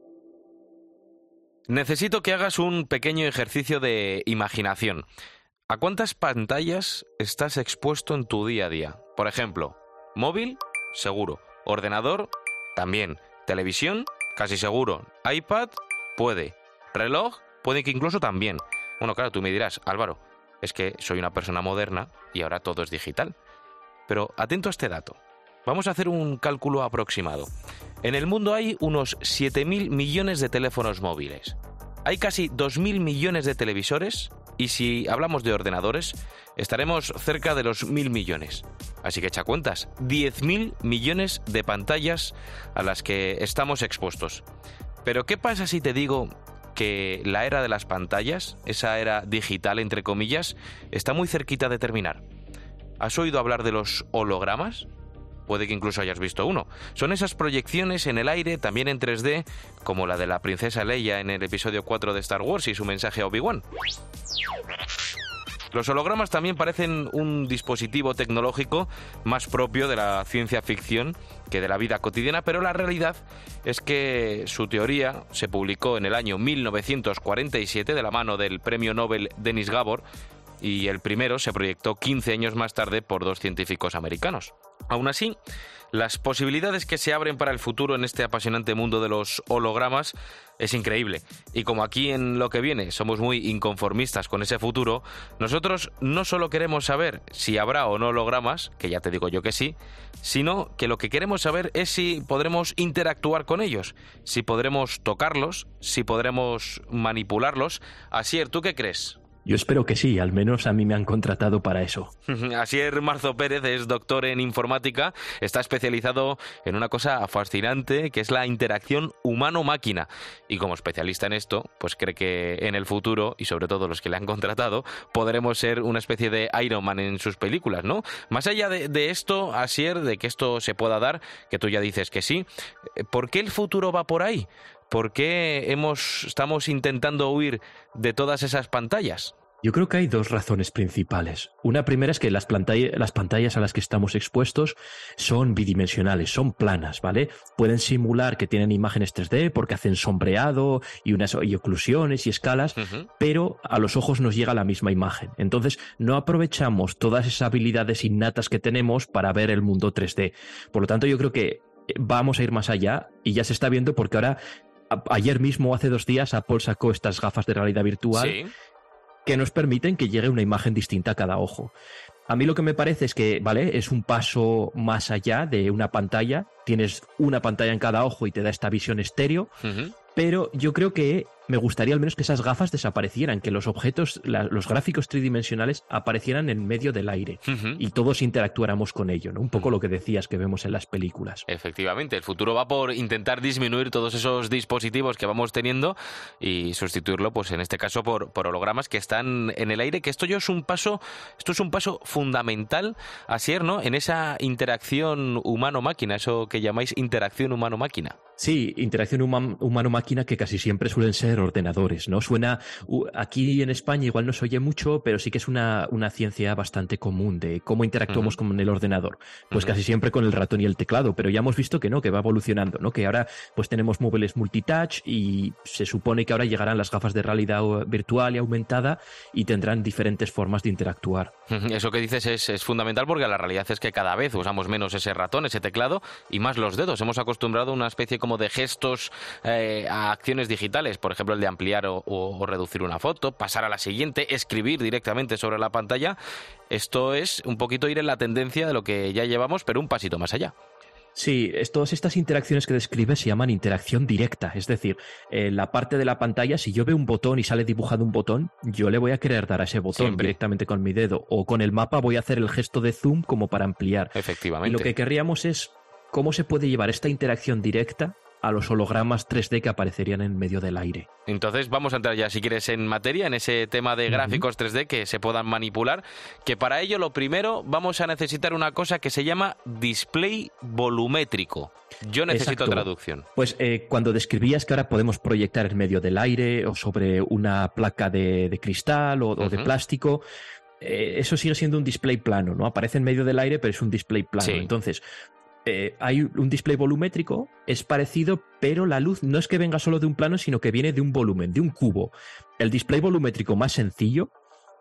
[SPEAKER 6] Necesito que hagas un pequeño ejercicio de imaginación. ¿a cuántas pantallas estás expuesto en tu día a día? Por ejemplo, móvil, seguro. Ordenador, también. Televisión, casi seguro. iPad, puede. Reloj, puede que incluso también. Bueno, claro, tú me dirás, Álvaro, es que soy una persona moderna y ahora todo es digital. Pero atento a este dato. Vamos a hacer un cálculo aproximado. En el mundo hay unos 7.000 millones de teléfonos móviles. Hay casi 2.000 millones de televisores y si hablamos de ordenadores, estaremos cerca de los 1.000 millones. Así que echa cuentas, 10.000 millones de pantallas a las que estamos expuestos. Pero ¿qué pasa si te digo que la era de las pantallas, esa era digital entre comillas, está muy cerquita de terminar? ¿Has oído hablar de los hologramas? Puede que incluso hayas visto uno. Son esas proyecciones en el aire, también en 3D, como la de la princesa Leia en el episodio 4 de Star Wars y su mensaje a Obi-Wan. Los hologramas también parecen un dispositivo tecnológico más propio de la ciencia ficción que de la vida cotidiana, pero la realidad es que su teoría se publicó en el año 1947 de la mano del premio Nobel Denis Gabor, y el primero se proyectó 15 años más tarde por 2 científicos americanos. Aún así, las posibilidades que se abren para el futuro en este apasionante mundo de los hologramas es increíble. Y como aquí en Lo que viene somos muy inconformistas con ese futuro, nosotros no solo queremos saber si habrá o no hologramas, que ya te digo yo que sí, sino que lo que queremos saber es si podremos interactuar con ellos, si podremos tocarlos, si podremos manipularlos. Asier, ¿tú qué crees?
[SPEAKER 14] Yo espero que sí, al menos a mí me han contratado para eso.
[SPEAKER 6] Asier Marzo Pérez es doctor en informática, está especializado en una cosa fascinante que es la interacción humano-máquina. Y como especialista en esto, pues cree que en el futuro, y sobre todo los que le han contratado, podremos ser una especie de Iron Man en sus películas, ¿no? Más allá de esto, Asier, de que esto se pueda dar, que tú ya dices que sí, ¿por qué el futuro va por ahí? ¿Por qué estamos intentando huir de todas esas pantallas?
[SPEAKER 14] Yo creo que hay 2 razones principales. Una primera es que las pantallas a las que estamos expuestos son bidimensionales, son planas, ¿vale? Pueden simular que tienen imágenes 3D porque hacen sombreado y oclusiones y escalas, pero a los ojos nos llega la misma imagen. Entonces, no aprovechamos todas esas habilidades innatas que tenemos para ver el mundo 3D. Por lo tanto, yo creo que vamos a ir más allá y ya se está viendo porque ahora... Ayer mismo, hace 2 días, Apple sacó estas gafas de realidad virtual que nos permiten que llegue una imagen distinta a cada ojo. A mí lo que me parece es que, ¿vale?, es un paso más allá de una pantalla. Tienes una pantalla en cada ojo y te da esta visión estéreo. Pero yo creo que me gustaría al menos que esas gafas desaparecieran, que los objetos, los gráficos tridimensionales aparecieran en medio del aire y todos interactuáramos con ello, ¿no? Un poco lo que decías que vemos en las películas.
[SPEAKER 6] Efectivamente, el futuro va por intentar disminuir todos esos dispositivos que vamos teniendo y sustituirlo, pues en este caso, por hologramas que están en el aire, que esto es un paso fundamental, Asier, ¿no?, en esa interacción humano-máquina, eso que llamáis interacción humano-máquina.
[SPEAKER 14] Sí, interacción humano-máquina que casi siempre suelen ser ordenadores, ¿no? Suena, aquí en España igual no se oye mucho, pero sí que es una ciencia bastante común de cómo interactuamos con el ordenador. Pues casi siempre con el ratón y el teclado, pero ya hemos visto que no, que va evolucionando, ¿no? Que ahora pues tenemos móviles multitouch y se supone que ahora llegarán las gafas de realidad virtual y aumentada y tendrán diferentes formas de interactuar.
[SPEAKER 6] Eso que dices es fundamental porque la realidad es que cada vez usamos menos ese ratón, ese teclado y más los dedos. Hemos acostumbrado a una especie como de gestos a acciones digitales, por ejemplo el de ampliar o reducir una foto, pasar a la siguiente, escribir directamente sobre la pantalla. Esto es un poquito ir en la tendencia de lo que ya llevamos, pero un pasito más allá.
[SPEAKER 14] Sí, todas estas interacciones que describes se llaman interacción directa, es decir, en la parte de la pantalla, si yo veo un botón y sale dibujado un botón, yo le voy a querer dar a ese botón directamente con mi dedo, o con el mapa voy a hacer el gesto de zoom como para ampliar.
[SPEAKER 6] Efectivamente.
[SPEAKER 14] Y lo que querríamos es cómo se puede llevar esta interacción directa a los hologramas 3D que aparecerían en medio del aire.
[SPEAKER 6] Entonces vamos a entrar ya, si quieres, en materia, en ese tema de gráficos 3D que se puedan manipular, que para ello lo primero vamos a necesitar una cosa que se llama display volumétrico. Yo necesito traducción.
[SPEAKER 14] Pues cuando describías que ahora podemos proyectar en medio del aire o sobre una placa de cristal o de plástico, eso sigue siendo un display plano, ¿no? Aparece en medio del aire, pero es un display plano. Sí. Entonces, hay un display volumétrico, es parecido, pero la luz no es que venga solo de un plano, sino que viene de un volumen, de un cubo. El display volumétrico más sencillo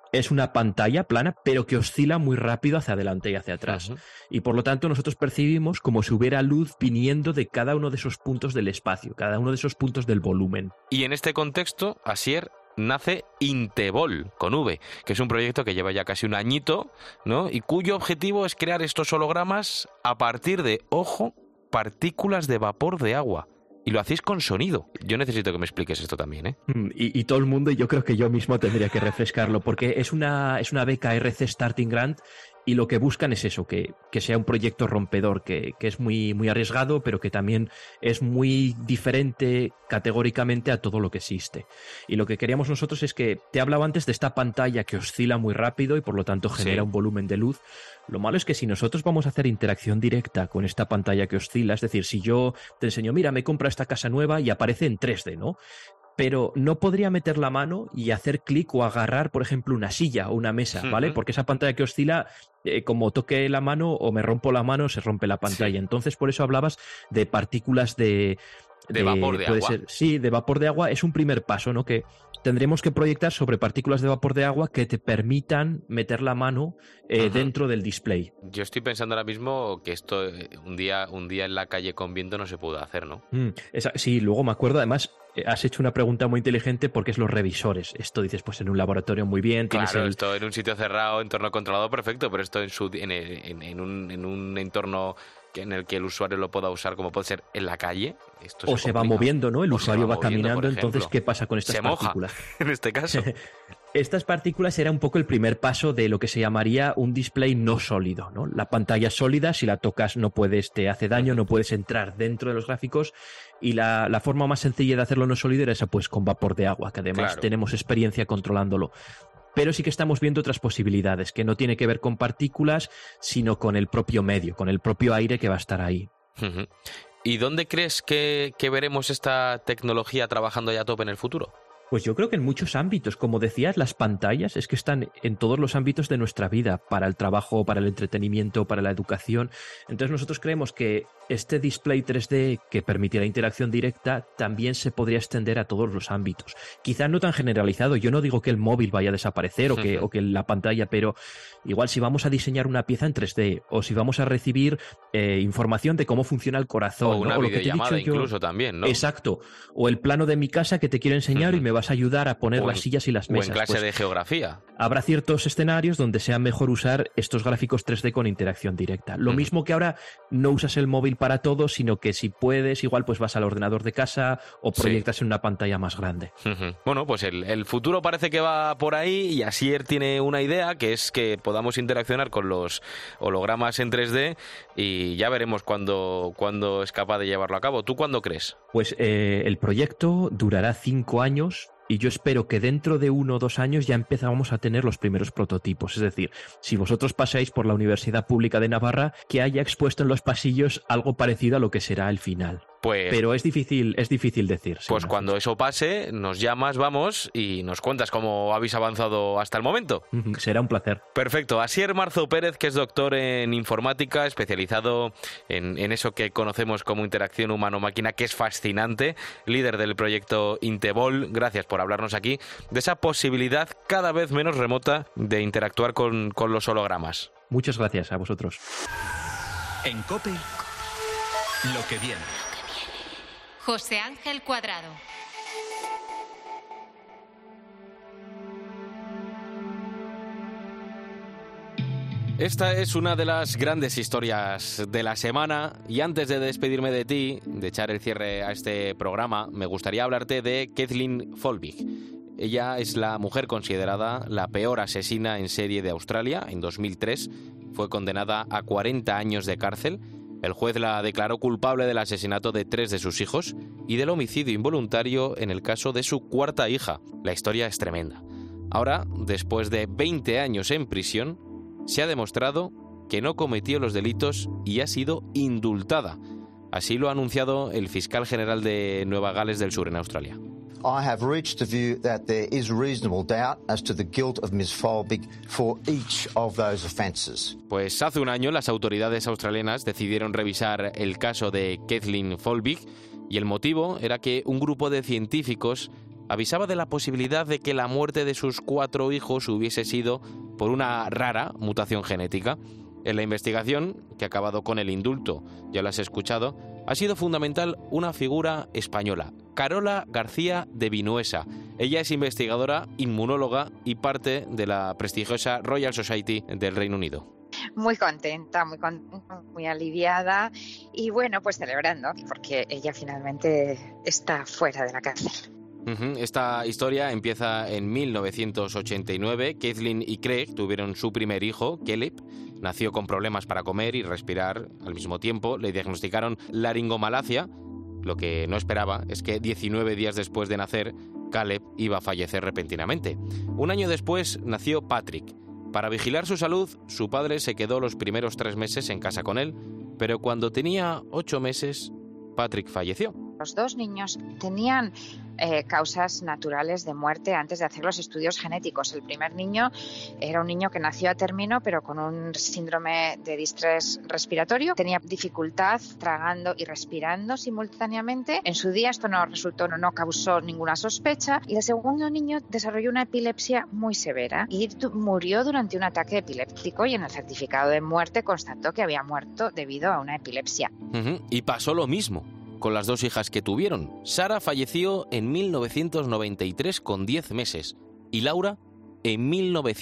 [SPEAKER 14] es una pantalla plana, pero que oscila muy rápido hacia adelante y hacia atrás. Y por lo tanto nosotros percibimos como si hubiera luz viniendo de cada uno de esos puntos del espacio, cada uno de esos puntos del volumen.
[SPEAKER 6] Y en este contexto, Asier, nace Intevol, con V, que es un proyecto que lleva ya casi un añito, ¿no? Y cuyo objetivo es crear estos hologramas a partir de, ojo, partículas de vapor de agua. Y lo hacéis con sonido. Yo necesito que me expliques esto también, ¿eh?
[SPEAKER 14] Y todo el mundo, y yo creo que yo mismo tendría que refrescarlo, porque es una beca RC Starting Grant, y lo que buscan es eso, que sea un proyecto rompedor, que es muy, muy arriesgado, pero que también es muy diferente categóricamente a todo lo que existe. Y lo que queríamos nosotros es que, te hablaba antes de esta pantalla que oscila muy rápido y por lo tanto genera un volumen de luz. Lo malo es que si nosotros vamos a hacer interacción directa con esta pantalla que oscila, es decir, si yo te enseño, mira, me compro esta casa nueva y aparece en 3D, ¿no? Pero no podría meter la mano y hacer clic o agarrar, por ejemplo, una silla o una mesa, ¿vale? Porque esa pantalla que oscila, como toque la mano o me rompo la mano, se rompe la pantalla. Entonces, por eso hablabas de partículas de
[SPEAKER 6] vapor de agua.
[SPEAKER 14] Sí, de vapor de agua es un primer paso, ¿no? Que tendremos que proyectar sobre partículas de vapor de agua que te permitan meter la mano dentro del display.
[SPEAKER 6] Yo estoy pensando ahora mismo que esto un día en la calle con viento no se puede hacer, ¿no?
[SPEAKER 14] Sí, luego me acuerdo, además, has hecho una pregunta muy inteligente porque es los revisores. Esto dices, pues en un laboratorio muy bien.
[SPEAKER 6] Claro, esto en un sitio cerrado, entorno controlado, perfecto, pero esto en un entorno en el que el usuario lo pueda usar, como puede ser en la calle. Esto
[SPEAKER 14] se va moviendo, ¿no? El usuario va caminando, entonces, ¿qué pasa con estas partículas?
[SPEAKER 6] Se moja, en este caso.
[SPEAKER 14] Estas partículas era un poco el primer paso de lo que se llamaría un display no sólido, ¿no? La pantalla sólida, si la tocas te hace daño, no puedes entrar dentro de los gráficos, y la forma más sencilla de hacerlo no sólido era esa, pues con vapor de agua, que además tenemos experiencia controlándolo. Pero sí que estamos viendo otras posibilidades, que no tiene que ver con partículas, sino con el propio medio, con el propio aire que va a estar ahí.
[SPEAKER 6] ¿Y dónde crees que veremos esta tecnología trabajando ya a tope en el futuro?
[SPEAKER 14] Pues yo creo que en muchos ámbitos, como decías, las pantallas es que están en todos los ámbitos de nuestra vida, para el trabajo, para el entretenimiento, para la educación. Entonces nosotros creemos que este display 3D que permitirá interacción directa también se podría extender a todos los ámbitos. Quizá no tan generalizado, yo no digo que el móvil vaya a desaparecer o que la pantalla, pero igual si vamos a diseñar una pieza en 3D o si vamos a recibir información de cómo funciona el corazón.
[SPEAKER 6] O una
[SPEAKER 14] ¿no?
[SPEAKER 6] videollamada incluso también, ¿no?
[SPEAKER 14] Exacto. O el plano de mi casa que te quiero enseñar y me vas a ayudar a poner las sillas y las mesas.
[SPEAKER 6] O en clase de geografía.
[SPEAKER 14] Habrá ciertos escenarios donde sea mejor usar estos gráficos 3D con interacción directa. Lo mismo que ahora no usas el móvil para todo, sino que si puedes, igual pues vas al ordenador de casa o proyectas en una pantalla más grande.
[SPEAKER 6] Bueno, pues el futuro parece que va por ahí, y Asier tiene una idea, que es que podamos interaccionar con los hologramas en 3D, y ya veremos cuándo es capaz de llevarlo a cabo. ¿Tú cuándo crees?
[SPEAKER 14] Pues el proyecto durará 5 años. Y yo espero que dentro de 1 o 2 años ya empezamos a tener los primeros prototipos. Es decir, si vosotros pasáis por la Universidad Pública de Navarra, que haya expuesto en los pasillos algo parecido a lo que será el final. Pero es difícil decir.
[SPEAKER 6] Pues cuando eso pase, nos llamas, vamos, y nos cuentas cómo habéis avanzado hasta el momento.
[SPEAKER 14] Será un placer.
[SPEAKER 6] Perfecto. Asier Marzo Pérez, que es doctor en informática, especializado en eso que conocemos como interacción humano-máquina, que es fascinante, líder del proyecto Intevol. Gracias por hablarnos aquí de esa posibilidad cada vez menos remota de interactuar con los hologramas.
[SPEAKER 14] Muchas gracias a vosotros.
[SPEAKER 4] En COPE, lo que viene.
[SPEAKER 5] José Ángel Cuadrado.
[SPEAKER 6] Esta es una de las grandes historias de la semana, y antes de despedirme de ti, de echar el cierre a este programa, me gustaría hablarte de Kathleen Folbig. Ella es la mujer considerada la peor asesina en serie de Australia. En 2003 fue condenada a 40 años de cárcel. El juez la declaró culpable del asesinato de 3 de sus hijos y del homicidio involuntario en el caso de su 4ª hija. La historia es tremenda. Ahora, después de 20 años en prisión, se ha demostrado que no cometió los delitos y ha sido indultada. Así lo ha anunciado el fiscal general de Nueva Gales del Sur, en Australia.
[SPEAKER 15] I have reached the view that there is reasonable doubt as to the guilt of Ms. Folbig for each of those offences.
[SPEAKER 6] Pues hace un año las autoridades australianas decidieron revisar el caso de Kathleen Folbig, y el motivo era que un grupo de científicos avisaba de la posibilidad de que la muerte de sus 4 hijos hubiese sido por una rara mutación genética. En la investigación, que ha acabado con el indulto, ya lo has escuchado, ha sido fundamental una figura española, Carola García de Vinuesa. Ella es investigadora, inmunóloga y parte de la prestigiosa Royal Society del Reino Unido.
[SPEAKER 16] Muy contenta, muy aliviada y bueno, pues celebrando, porque ella finalmente está fuera de la cárcel.
[SPEAKER 6] Esta historia empieza en 1989. Kathleen y Craig tuvieron su primer hijo, Caleb. Nació con problemas para comer y respirar al mismo tiempo. Le diagnosticaron laringomalacia. Lo que no esperaba es que 19 días después de nacer, Caleb iba a fallecer repentinamente. Un año después nació Patrick. Para vigilar su salud, su padre se quedó los primeros 3 meses en casa con él, pero cuando tenía 8 meses, Patrick falleció.
[SPEAKER 16] Los 2 niños tenían causas naturales de muerte antes de hacer los estudios genéticos. El primer niño era un niño que nació a término, pero con un síndrome de distrés respiratorio. Tenía dificultad tragando y respirando simultáneamente. En su día esto no causó ninguna sospecha. Y el segundo niño desarrolló una epilepsia muy severa y murió durante un ataque epiléptico, y en el certificado de muerte constató que había muerto debido a una epilepsia.
[SPEAKER 6] Y pasó lo mismo con las 2 hijas que tuvieron. Sara falleció en 1993 con 10 meses y Laura en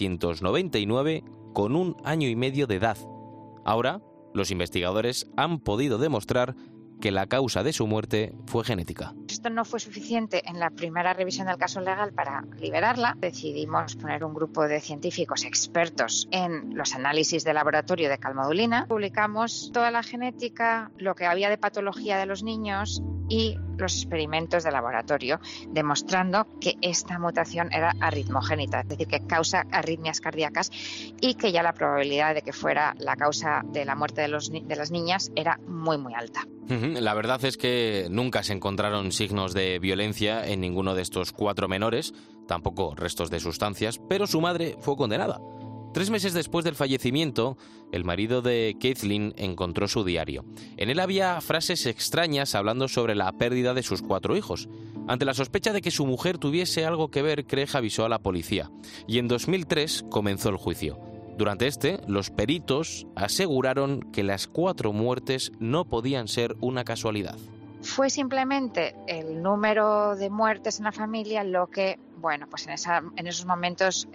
[SPEAKER 6] 1999 con 1 año y medio de edad. Ahora, los investigadores han podido demostrar que la causa de su muerte fue genética.
[SPEAKER 16] Esto no fue suficiente en la primera revisión del caso legal para liberarla. Decidimos poner un grupo de científicos expertos en los análisis de laboratorio de calmodulina. Publicamos toda la genética, lo que había de patología de los niños y los experimentos de laboratorio, demostrando que esta mutación era arritmogénita, es decir, que causa arritmias cardíacas, y que ya la probabilidad de que fuera la causa de la muerte de las niñas era muy, muy alta.
[SPEAKER 6] La verdad es que nunca se encontraron signos de violencia en ninguno de estos 4 menores, tampoco restos de sustancias, pero su madre fue condenada. 3 meses después del fallecimiento, el marido de Kathleen encontró su diario. En él había frases extrañas hablando sobre la pérdida de sus 4 hijos. Ante la sospecha de que su mujer tuviese algo que ver, Craig avisó a la policía. Y en 2003 comenzó el juicio. Durante los peritos aseguraron que las 4 muertes no podían ser una casualidad.
[SPEAKER 16] Fue simplemente el número de muertes en la familia lo que, pues en esos momentos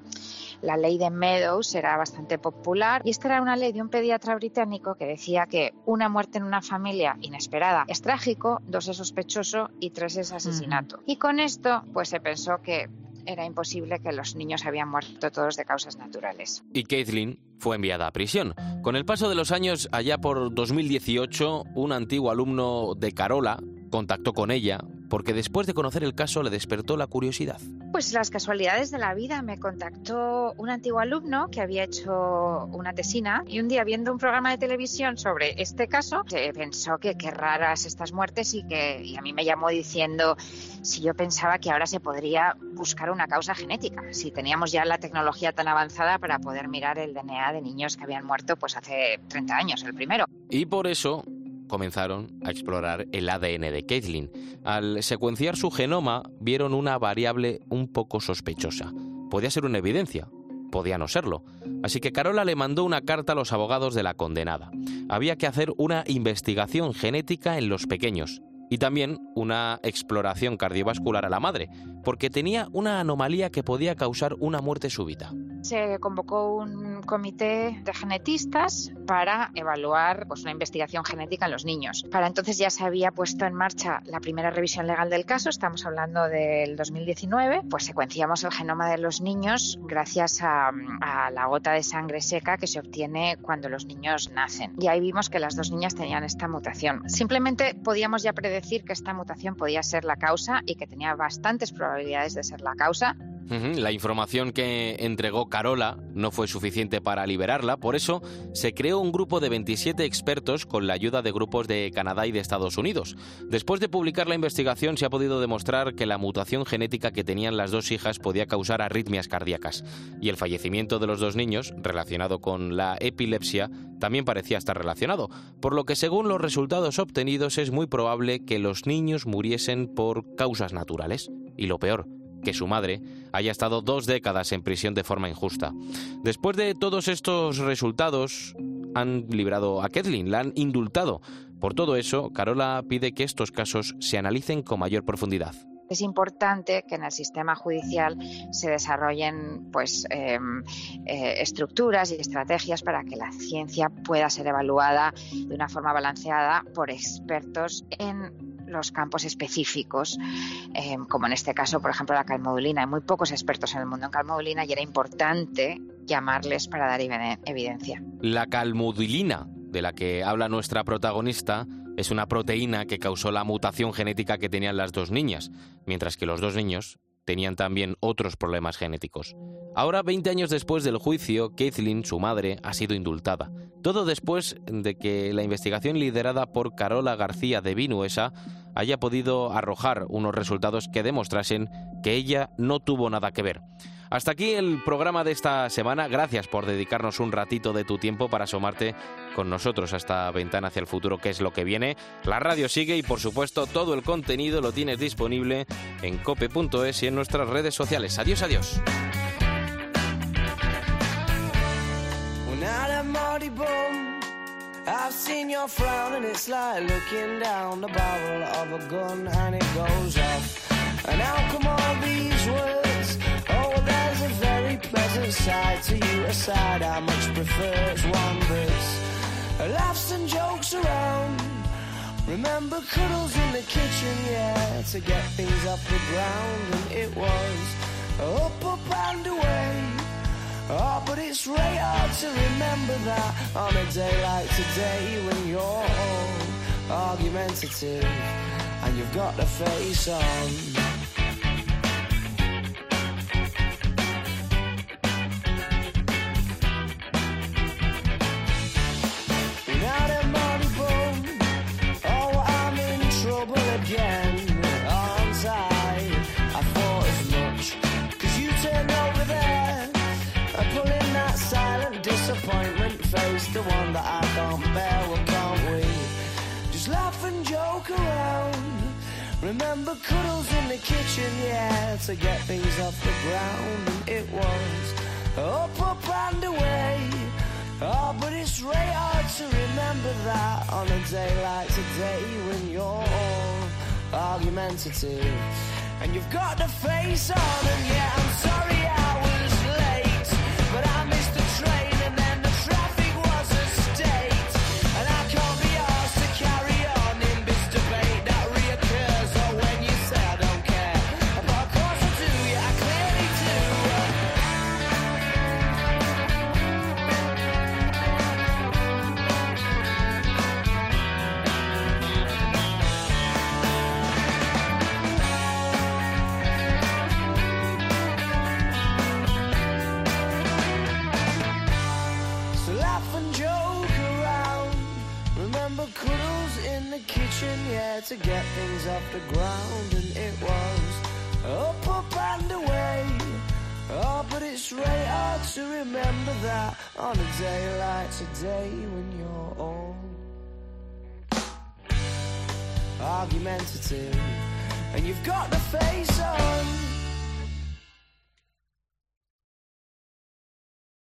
[SPEAKER 16] la ley de Meadows era bastante popular, y esta era una ley de un pediatra británico que decía que una muerte en una familia inesperada es trágico, 2 es sospechoso y 3 es asesinato. Y con esto pues se pensó que era imposible, que los niños habían muerto todos de causas naturales.
[SPEAKER 6] Y Kathleen fue enviada a prisión. Con el paso de los años, allá por 2018, un antiguo alumno de Carola contactó con ella porque después de conocer el caso le despertó la curiosidad.
[SPEAKER 16] Pues las casualidades de la vida. Me contactó un antiguo alumno que había hecho una tesina, y un día, viendo un programa de televisión sobre este caso, pensó que qué raras estas muertes, y a mí me llamó diciendo si yo pensaba que ahora se podría buscar una causa genética, si teníamos ya la tecnología tan avanzada para poder mirar el DNA de niños que habían muerto pues hace 30 años, el primero.
[SPEAKER 6] Y por eso comenzaron a explorar el ADN de Kathleen. Al secuenciar su genoma, vieron una variable un poco sospechosa. Podía ser una evidencia, podía no serlo. Así que Carola le mandó una carta a los abogados de la condenada. Había que hacer una investigación genética en los pequeños y también una exploración cardiovascular a la madre, porque tenía una anomalía que podía causar una muerte súbita.
[SPEAKER 16] Se convocó un comité de genetistas para evaluar una investigación genética en los niños. Para entonces ya se había puesto en marcha la primera revisión legal del caso, estamos hablando del 2019, pues secuenciamos el genoma de los niños gracias a la gota de sangre seca que se obtiene cuando los niños nacen. Y ahí vimos que las 2 niñas tenían esta mutación. Simplemente podíamos ya predecir que esta mutación podía ser la causa y que tenía bastantes probabilidades de ser la causa,
[SPEAKER 6] La información que entregó Carola no fue suficiente para liberarla, por eso se creó un grupo de 27 expertos con la ayuda de grupos de Canadá y de Estados Unidos. Después de publicar la investigación se ha podido demostrar que la mutación genética que tenían las dos hijas podía causar arritmias cardíacas y el fallecimiento de los dos niños, relacionado con la epilepsia, también parecía estar relacionado, por lo que según los resultados obtenidos es muy probable que los niños muriesen por causas naturales. Y lo peor, que su madre haya estado 2 décadas en prisión de forma injusta. Después de todos estos resultados, han librado a Kathleen, la han indultado. Por todo eso, Carola pide que estos casos se analicen con mayor profundidad.
[SPEAKER 16] Es importante que en el sistema judicial se desarrollen estructuras y estrategias para que la ciencia pueda ser evaluada de una forma balanceada por expertos en los campos específicos, como en este caso, por ejemplo, la calmodulina. Hay muy pocos expertos en el mundo en calmodulina y era importante llamarles para dar evidencia.
[SPEAKER 6] La calmodulina, de la que habla nuestra protagonista, es una proteína que causó la mutación genética que tenían las dos niñas, mientras que los dos niños tenían también otros problemas genéticos. Ahora, 20 años después del juicio, Kathleen, su madre, ha sido indultada. Todo después de que la investigación liderada por Carola García de Vinuesa haya podido arrojar unos resultados que demostrasen que ella no tuvo nada que ver. Hasta aquí el programa de esta semana. Gracias por dedicarnos un ratito de tu tiempo para asomarte con nosotros a esta ventana hacia el futuro, que es lo que viene. La radio sigue y, por supuesto, todo el contenido lo tienes disponible en cope.es y en nuestras redes sociales. Adiós, adiós.
[SPEAKER 17] I've seen your frown and it's like looking down the barrel of a gun and it goes off. And how come all these words? Oh, there's a very pleasant side to you, a side I much prefer. It's one that's laughs and jokes around. Remember cuddles in the kitchen, yeah, to get things off the ground. And it was up and away. Oh, but it's really hard to remember that on a day like today when you're all argumentative and you've got the face on. Disappointment face, the one that I can't bear, well can't we just laugh and joke around? Remember cuddles in the kitchen, yeah, to get things off the ground. And it was up and away. Oh, but it's really hard to remember that on a day like today when you're all argumentative and you've got the face on. And yeah, I'm sorry I was late, but I missed the train. Yeah, to get things off the ground, and it was up and away. Oh, but it's really hard to remember that on a day like today when you're all argumentative and you've got the face on.